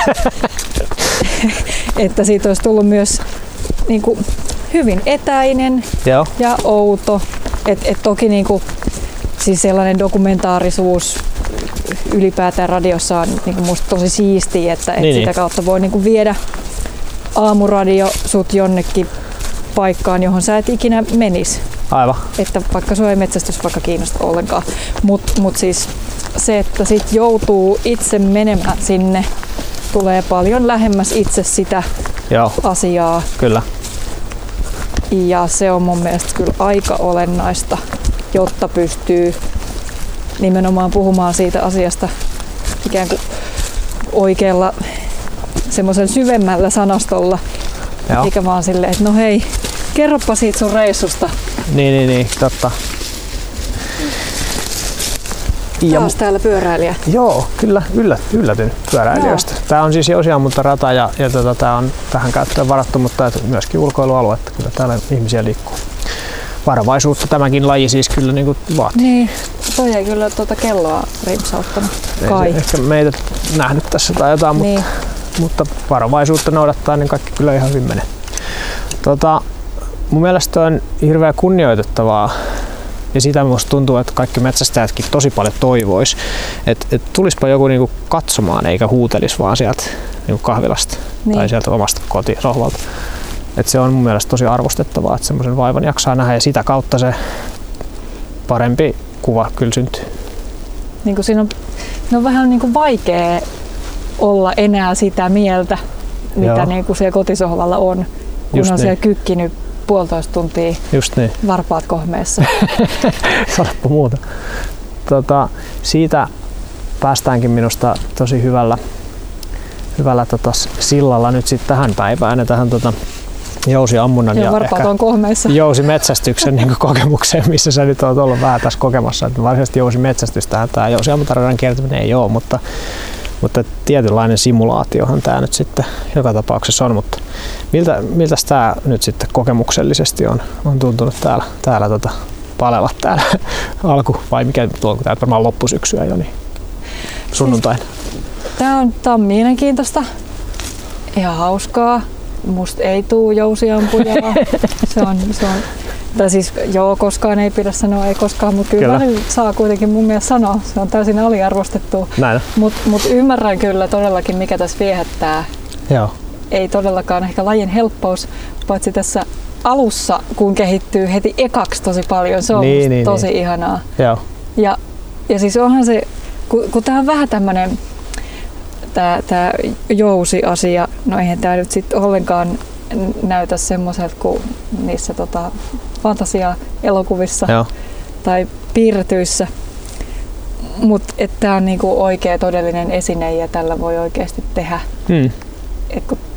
S2: että siitä olisi tullut myös niin kuin hyvin etäinen Joo. ja outo. Et, et toki niinku, siis sellainen dokumentaarisuus ylipäätään radiossa on niinku musta tosi siistiä, että et niin, sitä kautta voi niinku viedä aamuradio sut jonnekin paikkaan, johon sä et ikinä menis.
S3: Aivan.
S2: Että vaikka sua ei metsästys vaikka kiinnosta ollenkaan. Mut, mut siis se, että sit joutuu itse menemään sinne, tulee paljon lähemmäs itse sitä Joo. asiaa.
S3: Kyllä.
S2: Ja se on mun mielestä kyllä aika olennaista, jotta pystyy nimenomaan puhumaan siitä asiasta ikään kuin oikealla semmoisen syvemmällä sanastolla. Joo. Eikä vaan silleen, että no hei, kerropa siitä sun reissusta.
S3: Niin, niin, niin, totta.
S2: Taas täällä pyöräilijä.
S3: Joo, kyllä yllät, yllätyn pyöräilijöistä. Joo. Tää on siis jousiammuntarata ja, ja tota, tää on tähän käyttöön varattu, mutta myöskin ulkoilualuetta. Kyllä täällä ihmisiä liikkuu. Varovaisuutta tämäkin laji siis kyllä niin kuin vaatii.
S2: Niin, toi ei kyllä tuota kelloa rimpsauttanut. Kai.
S3: Ehkä meitä nähnyt tässä tai jotain, niin. mutta, mutta varovaisuutta noudattaa, niin kaikki kyllä ihan hyvin menee. Tota, mun mielestä on hirveän kunnioitettavaa. Ja sitä musta tuntuu, että kaikki metsästäjätkin tosi paljon toivois, että et tulispa joku niinku katsomaan eikä huutelis vaan sieltä niinku kahvilasta niin. tai sieltä omasta kotisohvalta. Et se on mun mielestä tosi arvostettavaa, että semmoisen vaivan jaksaa nähdä ja sitä kautta se parempi kuva kyllä syntyy.
S2: Niin kuin siinä on, siinä on vähän niin kuin vaikea olla enää sitä mieltä, mitä niin kuin siellä kotisohvalla on, kun Just on niin. siellä kykkinyt puolitoista tuntia
S3: Just niin.
S2: varpaat kohmeessa.
S3: Sanoppa muuta. Tota, siitä päästäänkin minusta tosi hyvällä, hyvällä tota, sillalla nyt sitten tähän päivään ja tähän tota, jousiammunnan ja, ja ehkä
S2: on kohmeissa.
S3: jousimetsästyksen niin kokemukseen, missä sä nyt olet ollut vähän tässä kokemassa. Että varsinaisesti jousimetsästystähän tämä jousiammuntaradan kiertäminen ei ole, mutta, mutta tietynlainen simulaatiohan tämä nyt sitten joka tapauksessa on. Mutta miltä, miltä tämä nyt sitten kokemuksellisesti on, on tuntunut täällä, täällä tota, palevat täällä alku vai mikä tuolko tää varmaan loppusyksyä jo niin sunnuntaina? Siis,
S2: tää on, tää on mielenkiintoista, ihan hauskaa. Musta ei tuu jousiampujaa. se on, se on, tai siis joo, koskaan ei pidä sanoa, ei koskaan, mutta kyllä, kyllä. saa kuitenkin mun mielestä sanoa. Se on täysin aliarvostettua. Mutta mut ymmärrän kyllä todellakin, mikä tässä viehättää.
S3: Joo.
S2: Ei todellakaan ehkä lajin helppous, paitsi tässä alussa, kun kehittyy heti ekaksi tosi paljon. Se on niin, niin, tosi niin. ihanaa.
S3: Joo.
S2: Ja, ja siis onhan se, kun, kun tää on vähän tämmönen tää, tää jousi-asia, no eihän tää nyt sit ollenkaan näytä semmoiselta kuin niissä tota, fantasia-elokuvissa Joo. tai piirretyissä. Mutta tää on niinku oikea todellinen esine ja tällä voi oikeasti tehdä. Hmm. Et kun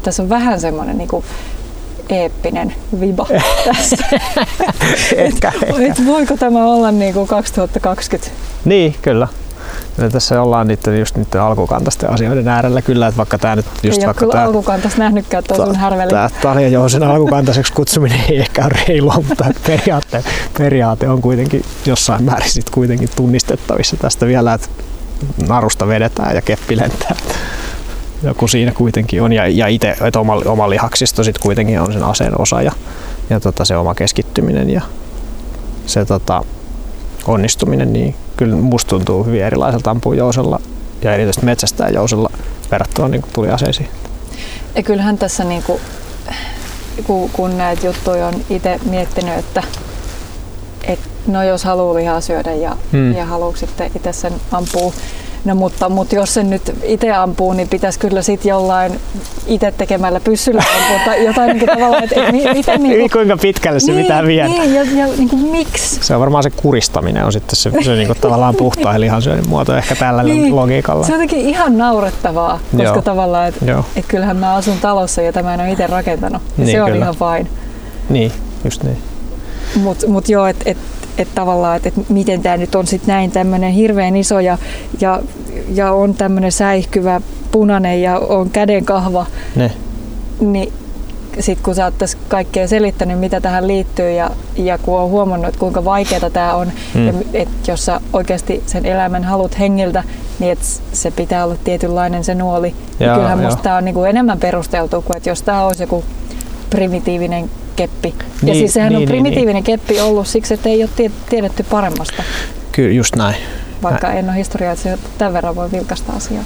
S2: tässä on vähän semmoinen niinku eeppinen viba tässä.
S3: ehkä,
S2: et,
S3: ehkä.
S2: Et voiko tämä olla niinku kaksituhattakaksikymmentä?
S3: Niin, kyllä. Ja tässä ollaan niiden, just niiden alkukantaisten asioiden äärellä kyllä, että vaikka tämä nyt just
S2: ei
S3: vaikka
S2: ole
S3: tämä
S2: alkukantaista nähnytkään tuo sun härveli.
S3: Tämä Talja Jousen alkukantaiseksi kutsuminen ei ehkä ole reilua, mutta periaate, periaate on kuitenkin jossain määrin sit kuitenkin tunnistettavissa tästä vielä, että narusta vedetään ja keppi lentää. Joku siinä kuitenkin on ja, ja itse, että oma, oma lihaksisto sit kuitenkin on sen aseen osa ja, ja tota, se oma keskittyminen ja se tota, onnistuminen, niin kyllä musta tuntuu hyvin erilaiselta ampua jousella ja erityisesti metsästää jousella verrattuna niin tuliaseisiin.
S2: Ja kyllähän tässä, niin kuin, kun, kun näitä juttuja on itse miettinyt, että et, no jos haluaa lihaa syödä ja, hmm. ja haluaa sitten itse sen ampua, no mutta, mutta jos sen nyt itse ampuu, niin pitäisi kyllä sitten jollain itse tekemällä pyssyllä ampua tai jotain niin kuin tavallaan, että et, miten niin kuin,
S3: kuinka pitkälle se
S2: niin,
S3: pitää viedä.
S2: Niin, ja, ja niin kuin, miksi?
S3: Se on varmaan se kuristaminen on sitten se, se niin kuin tavallaan puhtaan lihansyönnin muoto ehkä tällä
S2: niin,
S3: logiikalla.
S2: Se on jotenkin ihan naurettavaa, koska Joo. tavallaan, että et kyllähän mä asun talossa ja tämä en ole itse rakentanut. Ja niin, se on kyllä. ihan fine.
S3: Niin, just niin.
S2: Mutta mut joo, että et, et tavallaan, että et miten tämä nyt on sitten näin tämmöinen hirveän iso ja, ja, ja on tämmöinen säihkyvä punainen ja on kädenkahva,
S3: ne.
S2: Niin sitten kun sä oot tässä kaikkea selittänyt, mitä tähän liittyy ja, ja kun on huomannut, että kuinka vaikeaa tämä on, mm. ja että jos sä oikeasti sen eläimen haluat hengiltä, niin että se pitää olla tietynlainen se nuoli. Ja, ja kyllähän musta tämä on niinku enemmän perusteltu kuin että jos tämä olisi joku primitiivinen keppi. Niin, ja siis sehän niin, on primitiivinen niin, keppi ollut siksi, että ei ole tiedetty paremmasta.
S3: Kyllä, just näin.
S2: Vaikka en ole historiaa, että tämän verran voi vilkaista asiaa.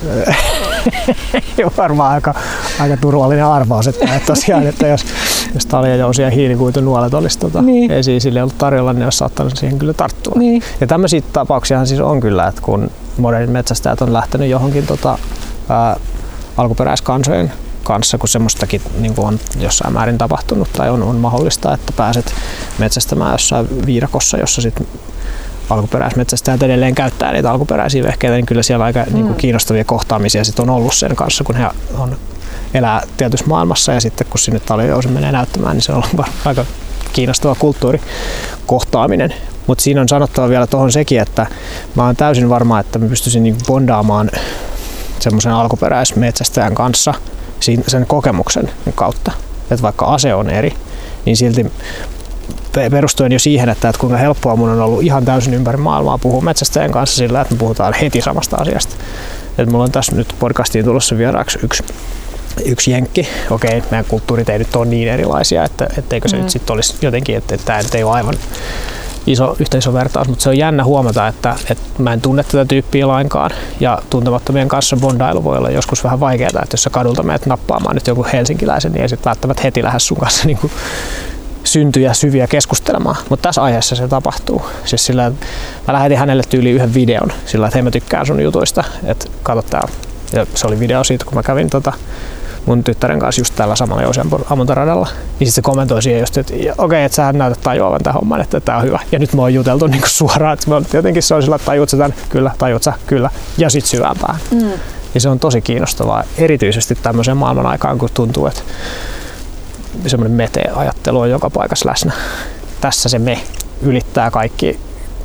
S3: Varmaan aika, aika turvallinen arvaus, että, että tosiaan, että jos, jos taljajousi ja hiilikuitunuolet olisi tota, niin. esiin sille ollut tarjolla, niin olisi saattanut siihen kyllä tarttua.
S2: Niin.
S3: Ja tämmöisiä tapauksiahan siis on kyllä, että kun modernit metsästäjät on lähtenyt johonkin tota, ää, alkuperäiskansojen kanssa, kun semmoistakin niin kuin on jossain määrin tapahtunut tai on, on mahdollista, että pääset metsästämään jossain viidakossa, jossa sitten alkuperäismetsästäjät edelleen käyttää niitä alkuperäisiä vehkeitä, niin kyllä siellä aika mm. niin kuin kiinnostavia kohtaamisia sit on ollut sen kanssa, kun he on, elää tietyssä maailmassa ja sitten kun sinne taljajousi menee näyttämään, niin se on ollut aika kiinnostava kulttuurikohtaaminen. Mutta siinä on sanottava vielä tuohon sekin, että mä oon täysin varma, että mä pystyisin niin bondaamaan semmoisen alkuperäismetsästäjän kanssa sen kokemuksen kautta. Että vaikka ase on eri, niin silti perustuen jo siihen, että, että kuinka helppoa mun on ollut ihan täysin ympäri maailmaa puhua metsästäjän kanssa sillä, että me puhutaan heti samasta asiasta. Et mulla on tässä nyt podcastiin tulossa vieraaksi yksi, yksi jenkki. Okei, meidän kulttuurit ei nyt ole niin erilaisia, että etteikö se mm. nyt sitten olisi jotenkin, että, että tämä ei ole aivan iso yhteisövertaus, mutta se on jännä huomata, että, että mä en tunne tätä tyyppiä lainkaan ja tuntemattomien kanssa bondailu voi olla joskus vähän vaikeaa, että jos sä kadulta menet nappaamaan nyt joku helsinkiläisen, niin ei sit välttämättä heti lähde sun kanssa niin kuin syntyjä syviä keskustelemaan, mutta tässä aiheessa se tapahtuu. Siis sillä, mä lähetin hänelle tyyliin yhden videon sillä, että hei mä tykkään sun jutuista, että kato täällä. Ja se oli video siitä, kun mä kävin tota, mun tyttären kanssa just tällä samalla jousiammuntaradalla. Niin sitten se kommentoi siihen just, että okei, okay, että sähän näytät tajuavan tämän homman, että tää on hyvä. Ja nyt mä oon juteltu niinku suoraan, että jotenkin se on sillä, että tajuut sä tän, kyllä, tajuut sä, kyllä. Ja sit syvämpään. Mm. Ja se on tosi kiinnostavaa, erityisesti tämmöiseen maailman aikaan, kun tuntuu, että semmoinen mete-ajattelu on joka paikassa läsnä. Tässä se me ylittää kaikki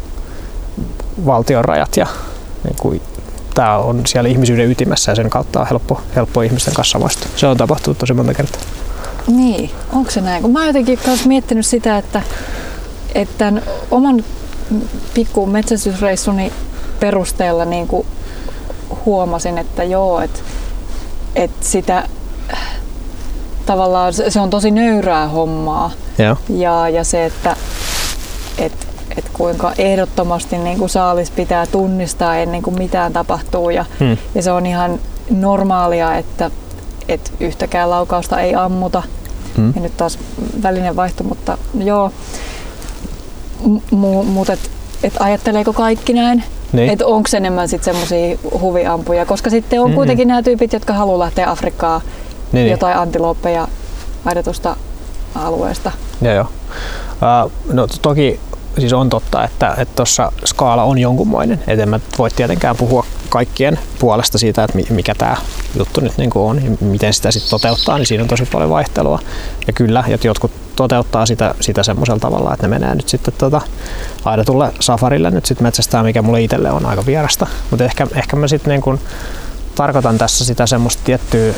S3: valtion rajat ja niin kuin, tää on siellä ihmisyyden ytimessä ja sen kautta on helppo, helppo ihmisten kanssa samaistua. Se on tapahtunut tosi monta kertaa.
S2: Niin, onko se näin? Kun mä oon jotenkin miettinyt sitä, että, että tämän oman pikkuun metsästysreissuni perusteella niin kuin huomasin, että joo, että, että sitä tavallaan se on tosi nöyrää hommaa.
S3: Joo.
S2: Ja, ja se, että et, et kuinka ehdottomasti niin kuin saalis pitää tunnistaa ennen kuin mitään tapahtuu. Ja, hmm. ja se on ihan normaalia, että et yhtäkään laukausta ei ammuta. Hmm. Ja nyt taas väline vaihto, mutta joo. M- Mutta et, et ajatteleeko kaikki näin? Niin. Että onko enemmän sitten semmoisia huviampuja? Koska sitten on mm-hmm. kuitenkin nämä tyypit, jotka haluaa lähteä Afrikkaan. Niin, jotain antilooppeja aidotusta alueesta.
S3: Joo, joo. Uh, no toki siis on totta, että tuossa skaala on jonkunmoinen. Et en mä voi tietenkään puhua kaikkien puolesta siitä, että mikä tämä juttu nyt niin kuin on ja miten sitä sitten toteuttaa, niin siinä on tosi paljon vaihtelua. Ja kyllä, että jotkut toteuttaa sitä, sitä semmoisella tavalla, että ne menee nyt sitten tota, aidetulle safarille nyt sitten metsästää, mikä mulle itselle on aika vierasta. Mutta ehkä, ehkä mä sitten niin kuin tarkoitan tässä sitä semmoista tiettyä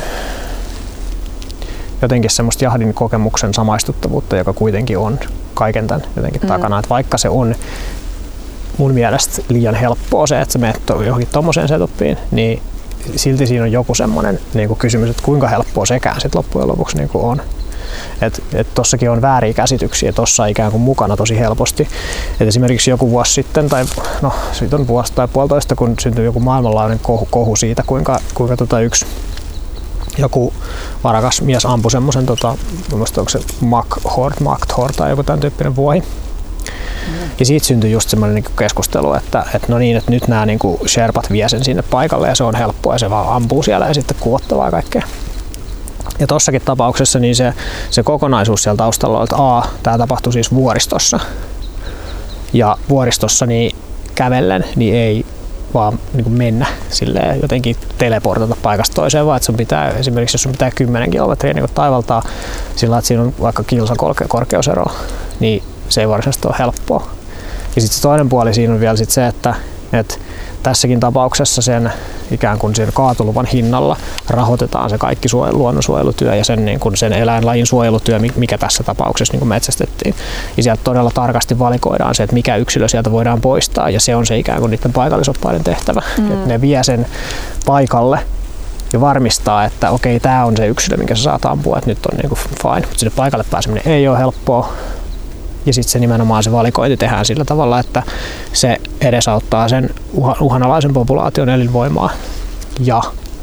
S3: jotenkin semmoista jahdin kokemuksen samaistuttavuutta, joka kuitenkin on kaiken tämän jotenkin mm. takana. Että vaikka se on mun mielestä liian helppoa se, että sä menet johonkin tommoseen setupiin, niin silti siinä on joku semmoinen niin kuin kysymys, että kuinka helppoa sekään sit loppujen lopuksi niin kuin on. Että et tossakin on vääriä käsityksiä, tossa on ikään kuin mukana tosi helposti. Et esimerkiksi joku vuosi sitten, tai no siitä on vuosi tai puolitoista, kun syntyi joku maailmanlaajuinen kohu, kohu siitä, kuinka, kuinka tota yksi joku varakas mies ampui semmoisen, tota, onko se Makhord, Makhord tai joku tämän tyyppinen vuohi. Mm. Ja siitä syntyi just semmoinen niin keskustelu, että, että no niin, että nyt nämä niin kuin sherpat vie sen sinne paikalle ja se on helppoa ja se vaan ampuu siellä ja sitten kuvottavaa kaikkea. Ja tossakin tapauksessa niin se, se kokonaisuus siellä taustalla on, että a, tämä tapahtui siis vuoristossa. Ja vuoristossa niin kävellen niin ei vaan niin kuin mennä silleen jotenkin teleportata paikasta toiseen, vaan että sun pitää, esimerkiksi jos sun pitää kymmenen kilometriä niin kuin taivaltaa sillä, että siinä on vaikka kilsan korkeusero, niin se ei varsinaisesti ole helppoa. Ja sitten se toinen puoli siinä on vielä sit se, että, että tässäkin tapauksessa sen ikään kuin sen kaatoluvan hinnalla rahoitetaan se kaikki suojelu, luonnonsuojelutyö ja sen, niin kuin sen eläinlajin suojelutyö, mikä tässä tapauksessa niin kuin metsästettiin. Ja sieltä todella tarkasti valikoidaan se, että mikä yksilö sieltä voidaan poistaa ja se on se ikään kuin niiden paikallisoppaiden tehtävä. Mm. Että ne vie sen paikalle ja varmistaa, että okei, tämä on se yksilö, minkä sä saat ampua, että nyt on niin kuin fine. Mutta sinne paikalle pääseminen ei ole helppoa. Ja sitten se nimenomaan se valikointi tehdään sillä tavalla, että se edesauttaa sen uhanalaisen populaation elinvoimaa ja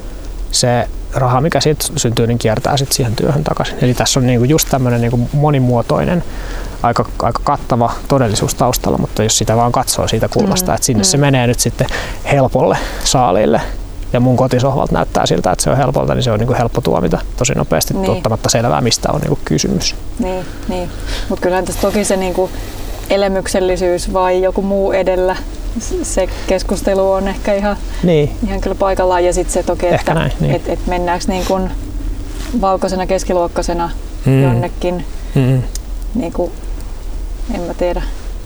S3: se raha, mikä siitä syntyy, niin kiertää sitten siihen työhön takaisin. Eli tässä on niinku just tämmöinen niinku monimuotoinen, aika, aika kattava todellisuus taustalla, mutta jos sitä vaan katsoo siitä kulmasta, mm, että sinne mm. se menee nyt sitten helpolle saaliille ja mun kotisohvalta näyttää siltä, että se on helpolta, niin se on niinku helppo tuomita tosi nopeasti niin. Ottamatta selvää, mistä on niinku kysymys.
S2: Niin, niin. Mutta kyllähän tässä toki se niinku elämyksellisyys vai joku muu edellä, se keskustelu on ehkä ihan, niin. ihan kyllä paikallaan. Ja sitten se toki, että näin, niin. et, et mennäänkö niin kuin valkoisena keskiluokkaisena mm. jonnekin, mm. niin kuin, en mä tiedä.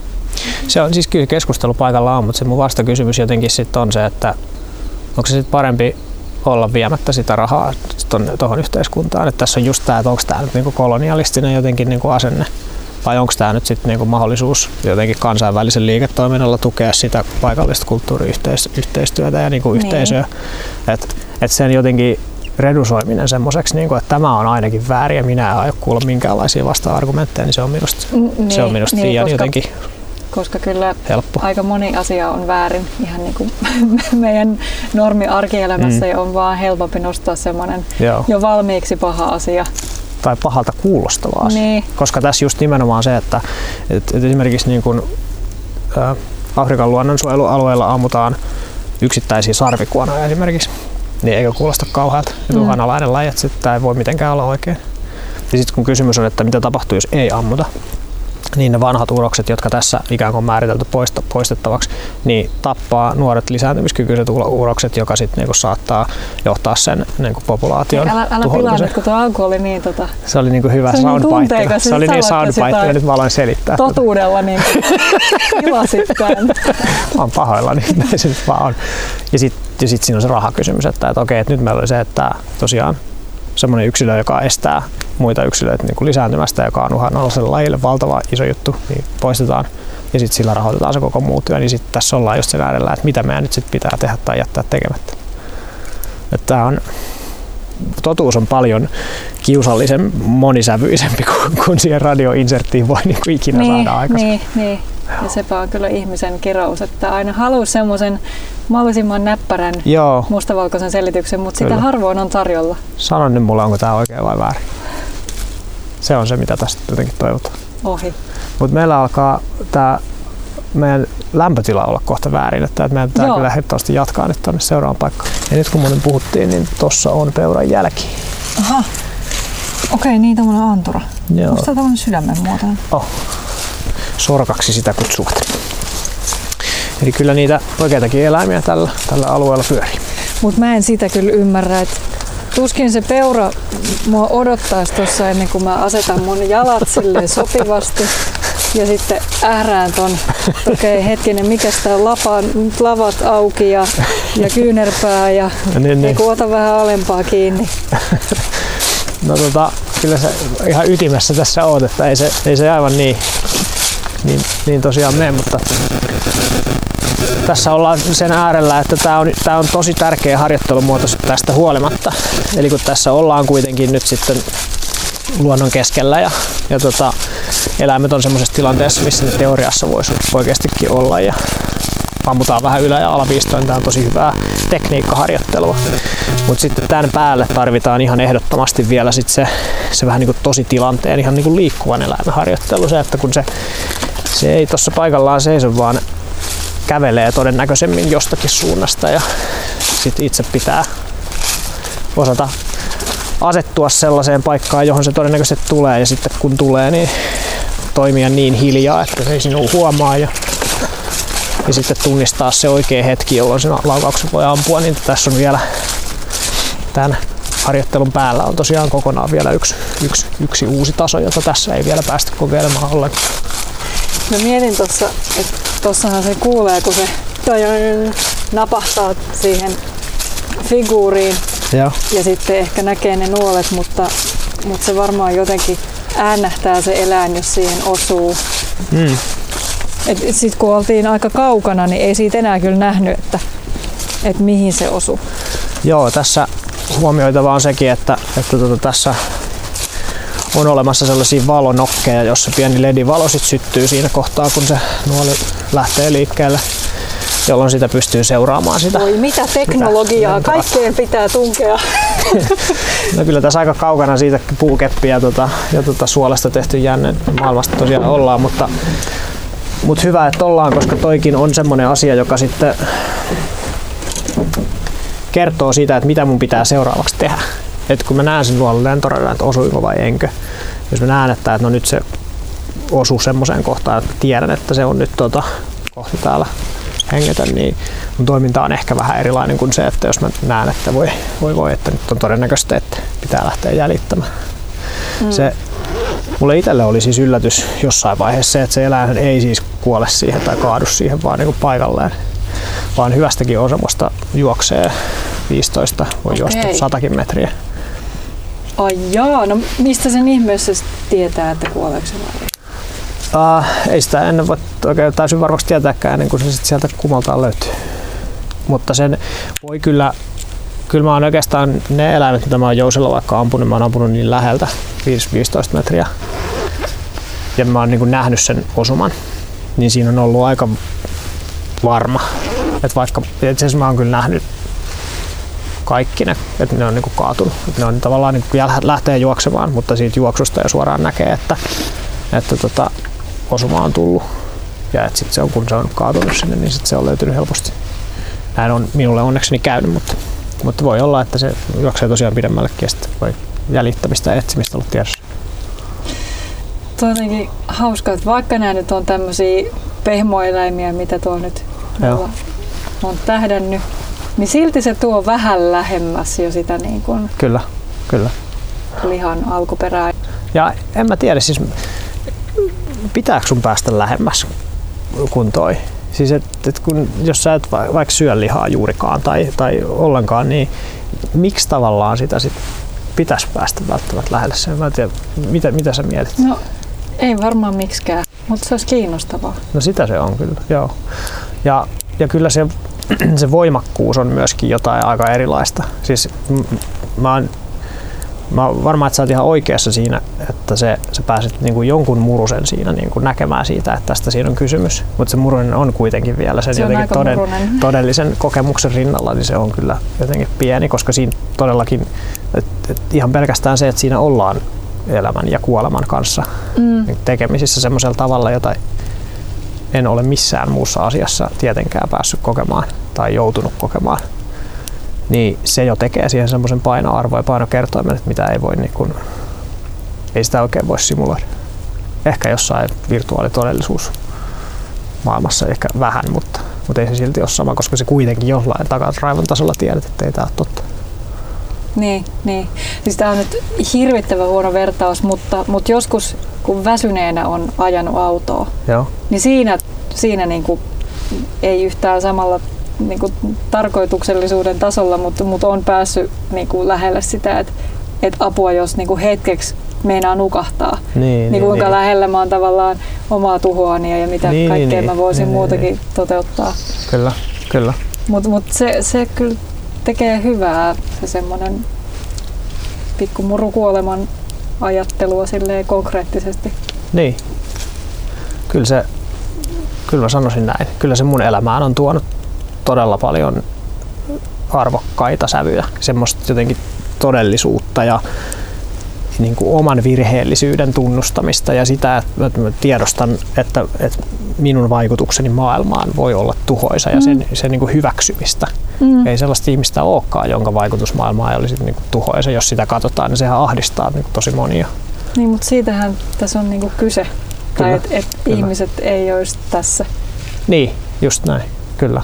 S3: Se on siis kyllä keskustelu paikallaan, mutta se mun vastakysymys jotenkin sitten on se, että onko se sitten parempi olla viemättä sitä rahaa tuohon yhteiskuntaan. Että tässä on just tämä, että onko tämä nyt niinku kolonialistinen jotenkin niinku asenne vai onko tämä nyt sitten niinku mahdollisuus jotenkin kansainvälisen liiketoiminnalla tukea sitä paikallista kulttuuriyhteistyötä ja niinku niin. yhteisöä. Että et sen jotenkin redusoiminen semmoiseksi, niinku, että tämä on ainakin väärin ja minä en aio kuulla minkäänlaisia vasta-argumentteja, niin se on minusta, niin, se on minusta niin, liian koska... jotenkin
S2: koska kyllä
S3: helppo.
S2: Aika moni asia on väärin ihan niin kuin meidän normi-arkielämässä mm. on vaan helpompi nostaa semmoinen Joo. jo valmiiksi paha asia.
S3: Tai pahalta kuulostava asia.
S2: Niin.
S3: Koska tässä just nimenomaan se, että, että esimerkiksi niin kuin, ä, Afrikan luonnonsuojelualueella ammutaan yksittäisiä sarvikuonoja esimerkiksi, niin eikö kuulosta kauhealta, että uhanalainen laji, että tämä ei voi mitenkään olla oikein. Ja sitten kun kysymys on, että mitä tapahtuu, jos ei ammuta, niin ne vanhat urokset, jotka tässä ikään kuin määritelty poista, poistettavaksi, niin tappaa nuoret lisääntymiskykyiset urokset, joka sitten niinku saattaa johtaa sen niinku populaation
S2: älä, älä pilaa nyt, kun tuo alku oli niin tota...
S3: Se oli niinku hyvä soundbite. Se oli niin soundbite, ja nyt mä aloin selittää.
S2: Totuudella niin ilasit tämän.
S3: Mä oon pahoillani, näin se nyt vaan on. Ja sitten ja sit siinä on se rahakysymys, että, että okei, että nyt meillä oli se, että tosiaan semmoinen yksilö, joka estää muita yksilöitä niin kuin lisääntymästä, joka on uhanalaiselle lajille valtava iso juttu, niin poistetaan ja sitten sillä rahoitetaan se koko muu työ. Niin sitten tässä ollaan just sen äärellä, että mitä meidän nyt sit pitää tehdä tai jättää tekemättä. Että on, totuus on paljon kiusallisen monisävyisempi kuin, kuin siihen radioinserttiin voi niin kuin ikinä niin, saada aikaisemmin.
S2: Niin, niin. Ja sepä on kyllä ihmisen kirous, että aina haluaa semmoisen mahdollisimman näppärän Joo. mustavalkoisen selityksen, mutta kyllä. sitä harvoin on tarjolla.
S3: Sano nyt mulle, onko tämä oikein vai väärin. Se on se, mitä tästä jotenkin toivotaan.
S2: Ohi.
S3: Mutta meillä alkaa tämä meidän lämpötila olla kohta väärin, että meidän pitää Joo. kyllä hettosti jatkaa nyt tuonne seuraavaan paikkaan. Ja nyt kun muuten puhuttiin, niin tossa on peuran jälki.
S2: Aha. Okei, okay, niin tämmönen antura.
S3: Joo.
S2: Onko tää tämmönen sydämen muotoinen?
S3: Oh. Sorkaksi sitä kutsuvat. Eli kyllä niitä oikeitakin eläimiä tällä, tällä alueella pyörii.
S2: Mutta mä en sitä kyllä ymmärrä, että tuskin se peura mua odottaisi tuossa ennen kuin mä asetan mun jalat silleen sopivasti ja sitten ährään ton, okei okay, hetkinen, mikäs tää lapan, lavat auki ja, ja kyynärpää ja niin, niin. Ota vähän alempaa kiinni.
S3: No tota, kyllä se ihan ytimessä tässä oot, että ei se, ei se aivan niin, niin, niin tosiaan mene, mutta tässä ollaan sen äärellä, että tämä on, tää on tosi tärkeä harjoittelumuoto tästä huolimatta. Eli kun tässä ollaan kuitenkin nyt sitten luonnon keskellä ja, ja tota, eläimet on semmoisessa tilanteessa, missä ne teoriassa voisi oikeastikin olla ja ammutaan vähän ylä- ja alaviistoon. Tämä on tosi hyvää tekniikkaharjoittelua. Mutta sitten tämän päälle tarvitaan ihan ehdottomasti vielä sit se, se vähän niin kuin tosi tilanteen, ihan niin kuin liikkuvan eläimen harjoittelu. Se, että kun se, se ei tuossa paikallaan seiso, vaan kävelee todennäköisemmin jostakin suunnasta ja sit itse pitää osata asettua sellaiseen paikkaan, johon se todennäköisesti tulee ja sitten kun tulee, niin toimia niin hiljaa, että se ei sinua huomaa ja, ja sitten tunnistaa se oikea hetki, jolloin sen laukauksen voi ampua, niin tässä on vielä tämän harjoittelun päällä on tosiaan kokonaan vielä yksi, yksi, yksi uusi taso, jota tässä ei vielä päästy kokeilemaan ollenkaan.
S2: Mä mietin tuossa, että tossahan se kuulee, kun se napahtaa siihen figuuriin. Joo. Ja sitten ehkä näkee ne nuolet, mutta, mutta se varmaan jotenkin äänähtää se eläin, jos siihen osuu. Mm. Sitten kun oltiin aika kaukana, niin ei siitä enää kyllä nähnyt, että, että mihin se osuu.
S3: Joo, tässä huomioitavaa on sekin, että, että tuota, tässä on olemassa sellaisia valonokkeja, jossa pieni ledivalo sit syttyy siinä kohtaa, kun se nuoli lähtee liikkeelle, jolloin sitä pystyy seuraamaan sitä.
S2: Voi mitä teknologiaa, mitä kaikkeen pitää tunkea.
S3: No kyllä tässä aika kaukana siitä puukeppiä ja, tota, ja tota suolesta tehty jänne maailmasta tosiaan ollaan, mutta, mutta hyvä, että ollaan, koska toikin on semmoinen asia, joka sitten kertoo siitä, että mitä mun pitää seuraavaksi tehdä. Et kun mä näen sen tuolla lentoradalla, että osuinko vai enkö, jos mä näen, että no nyt se osuu semmoiseen kohtaan, että tiedän, että se on nyt tota, kohta täällä hengetä, niin mun toiminta on ehkä vähän erilainen kuin se, että jos mä näen, että voi, voi, voi että nyt on todennäköistä, että pitää lähteä jäljittämään. Mm. Se, mulle itselle oli siis yllätys jossain vaiheessa se, että se eläin ei siis kuole siihen tai kaadu siihen vaan niin kuin paikalleen, vaan hyvästäkin osamosta juoksee viisitoista, voi okay. juosta satakin metriä.
S2: Ai jaa, no mistä sen ihmeessä tietää, että kuoleeko se vai?
S3: Uh, ei sitä ennen voi oikein täysin varmasti tietääkään ennen kuin se sit sieltä kumaltaan löytyy. Mutta sen voi kyllä, kyllä mä oon oikeastaan ne eläimet, mitä mä oon jousella vaikka ampunut, mä oon ampunut niin läheltä, viisitoista metriä. Ja mä oon niin kuin nähnyt sen osuman, niin siinä on ollut aika varma. Että vaikka, itse asiassa mä oon kyllä nähnyt kaikki ne, että ne on niinku kaatunut. Että ne on tavallaan niinku lähtee juoksemaan, mutta siitä juoksusta jo suoraan näkee, että, että tota, osuma on tullut. Ja että sit se on, kun se on kaatunut sinne, niin sit se on löytynyt helposti. Näin on minulle onnekseni käynyt, mutta, mutta voi olla, että se juoksee tosiaan pidemmällekin ja sitten voi jäljittämistä ja etsimistä olla tiedossa.
S2: Tuo on jotenkin hauskaa, että vaikka nämä nyt on tämmöisiä pehmoeläimiä, mitä tuolla nyt on tähdännyt, niin silti se tuo vähän lähemmäs jo sitä niin kuin
S3: kyllä, kyllä.
S2: lihan alkuperää.
S3: Ja en mä tiedä, siis pitääkö sun päästä lähemmäs kuin toi? Siis et, et kun, jos sä et va- vaikka syö lihaa juurikaan tai, tai ollenkaan, niin miksi tavallaan sitä sit pitäisi päästä välttämättä lähelle sen? Mä en tiedä, mitä, mitä sä mietit?
S2: No ei varmaan miksikään, mutta se olisi kiinnostavaa.
S3: No sitä se on kyllä, joo. Ja, ja kyllä se se voimakkuus on myöskin jotain aika erilaista. Siis m- mä oon, mä oon varma, että sä oot ihan oikeassa siinä, että se, sä pääset niin kuin jonkun murusen siinä niin kuin näkemään siitä, että tästä siinä on kysymys. Mutta se murunen on kuitenkin vielä sen
S2: se
S3: jotenkin toden, todellisen kokemuksen rinnalla, niin se on kyllä jotenkin pieni, koska siinä todellakin et, et ihan pelkästään se, että siinä ollaan elämän ja kuoleman kanssa mm. tekemisissä semmoisella tavalla, jota en ole missään muussa asiassa tietenkään päässyt kokemaan tai joutunut kokemaan, niin se jo tekee siihen semmoisen painoarvon ja painokertoimen, että mitä ei voi, niin kun, ei sitä oikein voi simuloida. Ehkä jossain virtuaalitodellisuus maailmassa ehkä vähän, mutta, mutta ei se silti ole sama, koska se kuitenkin jollain takaraivon tasolla tiedät, että ei tämä ole totta.
S2: Niin, niin. Siis tämä on nyt hirvittävän huono vertaus, mutta, mutta joskus kun väsyneenä on ajanut autoa,
S3: Joo.
S2: niin siinä, siinä niin kuin ei yhtään samalla niin kuin tarkoituksellisuuden tasolla, mutta, mutta on päässyt niin kuin lähelle sitä, että, että apua jos niin kuin hetkeksi meinaa nukahtaa.
S3: Niin,
S2: niin kuinka
S3: niin,
S2: lähellä mä oon tavallaan omaa tuhoani ja mitä
S3: niin,
S2: kaikkea
S3: niin,
S2: mä voisin
S3: niin,
S2: muutakin
S3: niin.
S2: toteuttaa.
S3: Kyllä, kyllä.
S2: Mutta mut se, se kyllä tekee hyvää, se semmoinen pikku murukuoleman ajattelua silleen konkreettisesti.
S3: Niin. Kyllä se, kyllä mä sanoisin näin. Kyllä se mun elämään on tuonut todella paljon arvokkaita sävyjä, semmoista jotenkin todellisuutta ja niin kuin oman virheellisyyden tunnustamista ja sitä, että mä tiedostan, että, että minun vaikutukseni maailmaan voi olla tuhoisa ja sen, sen niin kuin hyväksymistä. Mm. Ei sellaista ihmistä olekaan, jonka vaikutus maailmaan ei olisi niin kuin tuhoisa. Jos sitä katsotaan, niin sehän ahdistaa niin kuin tosi monia.
S2: Niin, mutta siitähän tässä on niin kuin kyse. Tai että et ihmiset ei olisi tässä.
S3: Niin, just näin. Kyllä.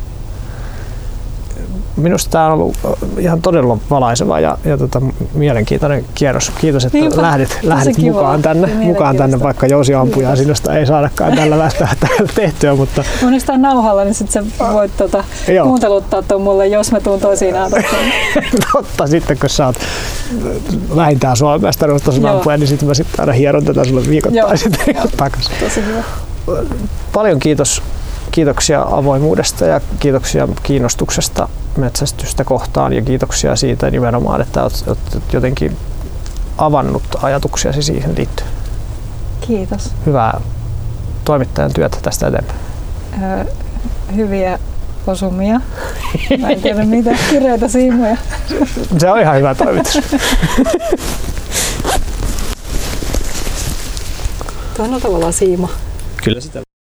S3: Minusta tämä on ollut ihan todella valaiseva ja, ja tota, mielenkiintoinen kierros. Kiitos, että Niinpä. lähdit, lähdit mukaan tänne, mukaan tänne, vaikka jousiampujaa sinusta ei saadakaan tällä lähteä tehtyä. Mutta
S2: onneksi tämä on nauhalla, niin sitten sä voit tota, kuunteluttaa tuon mulle, jos mä tuun toisinaan.
S3: Totta, sitten kun sä oot vähintään Suomen mestaruus ampuja, niin sitten mä sitten aina hieron tätä sulle viikoittain sitten takaisin.
S2: Tosi hyvä.
S3: Paljon kiitos. Kiitoksia avoimuudesta ja kiitoksia kiinnostuksesta metsästystä kohtaan ja kiitoksia siitä nimenomaan, että olet, olet jotenkin avannut ajatuksiasi siihen liittyen.
S2: Kiitos.
S3: Hyvää toimittajan työtä tästä eteenpäin.
S2: Öö, hyviä osumia. Mä en tiedä mitä, kireitä siimoja.
S3: Se on ihan hyvä toimitus.
S2: Tuo on tavallaan siima.
S3: Kyllä sitä.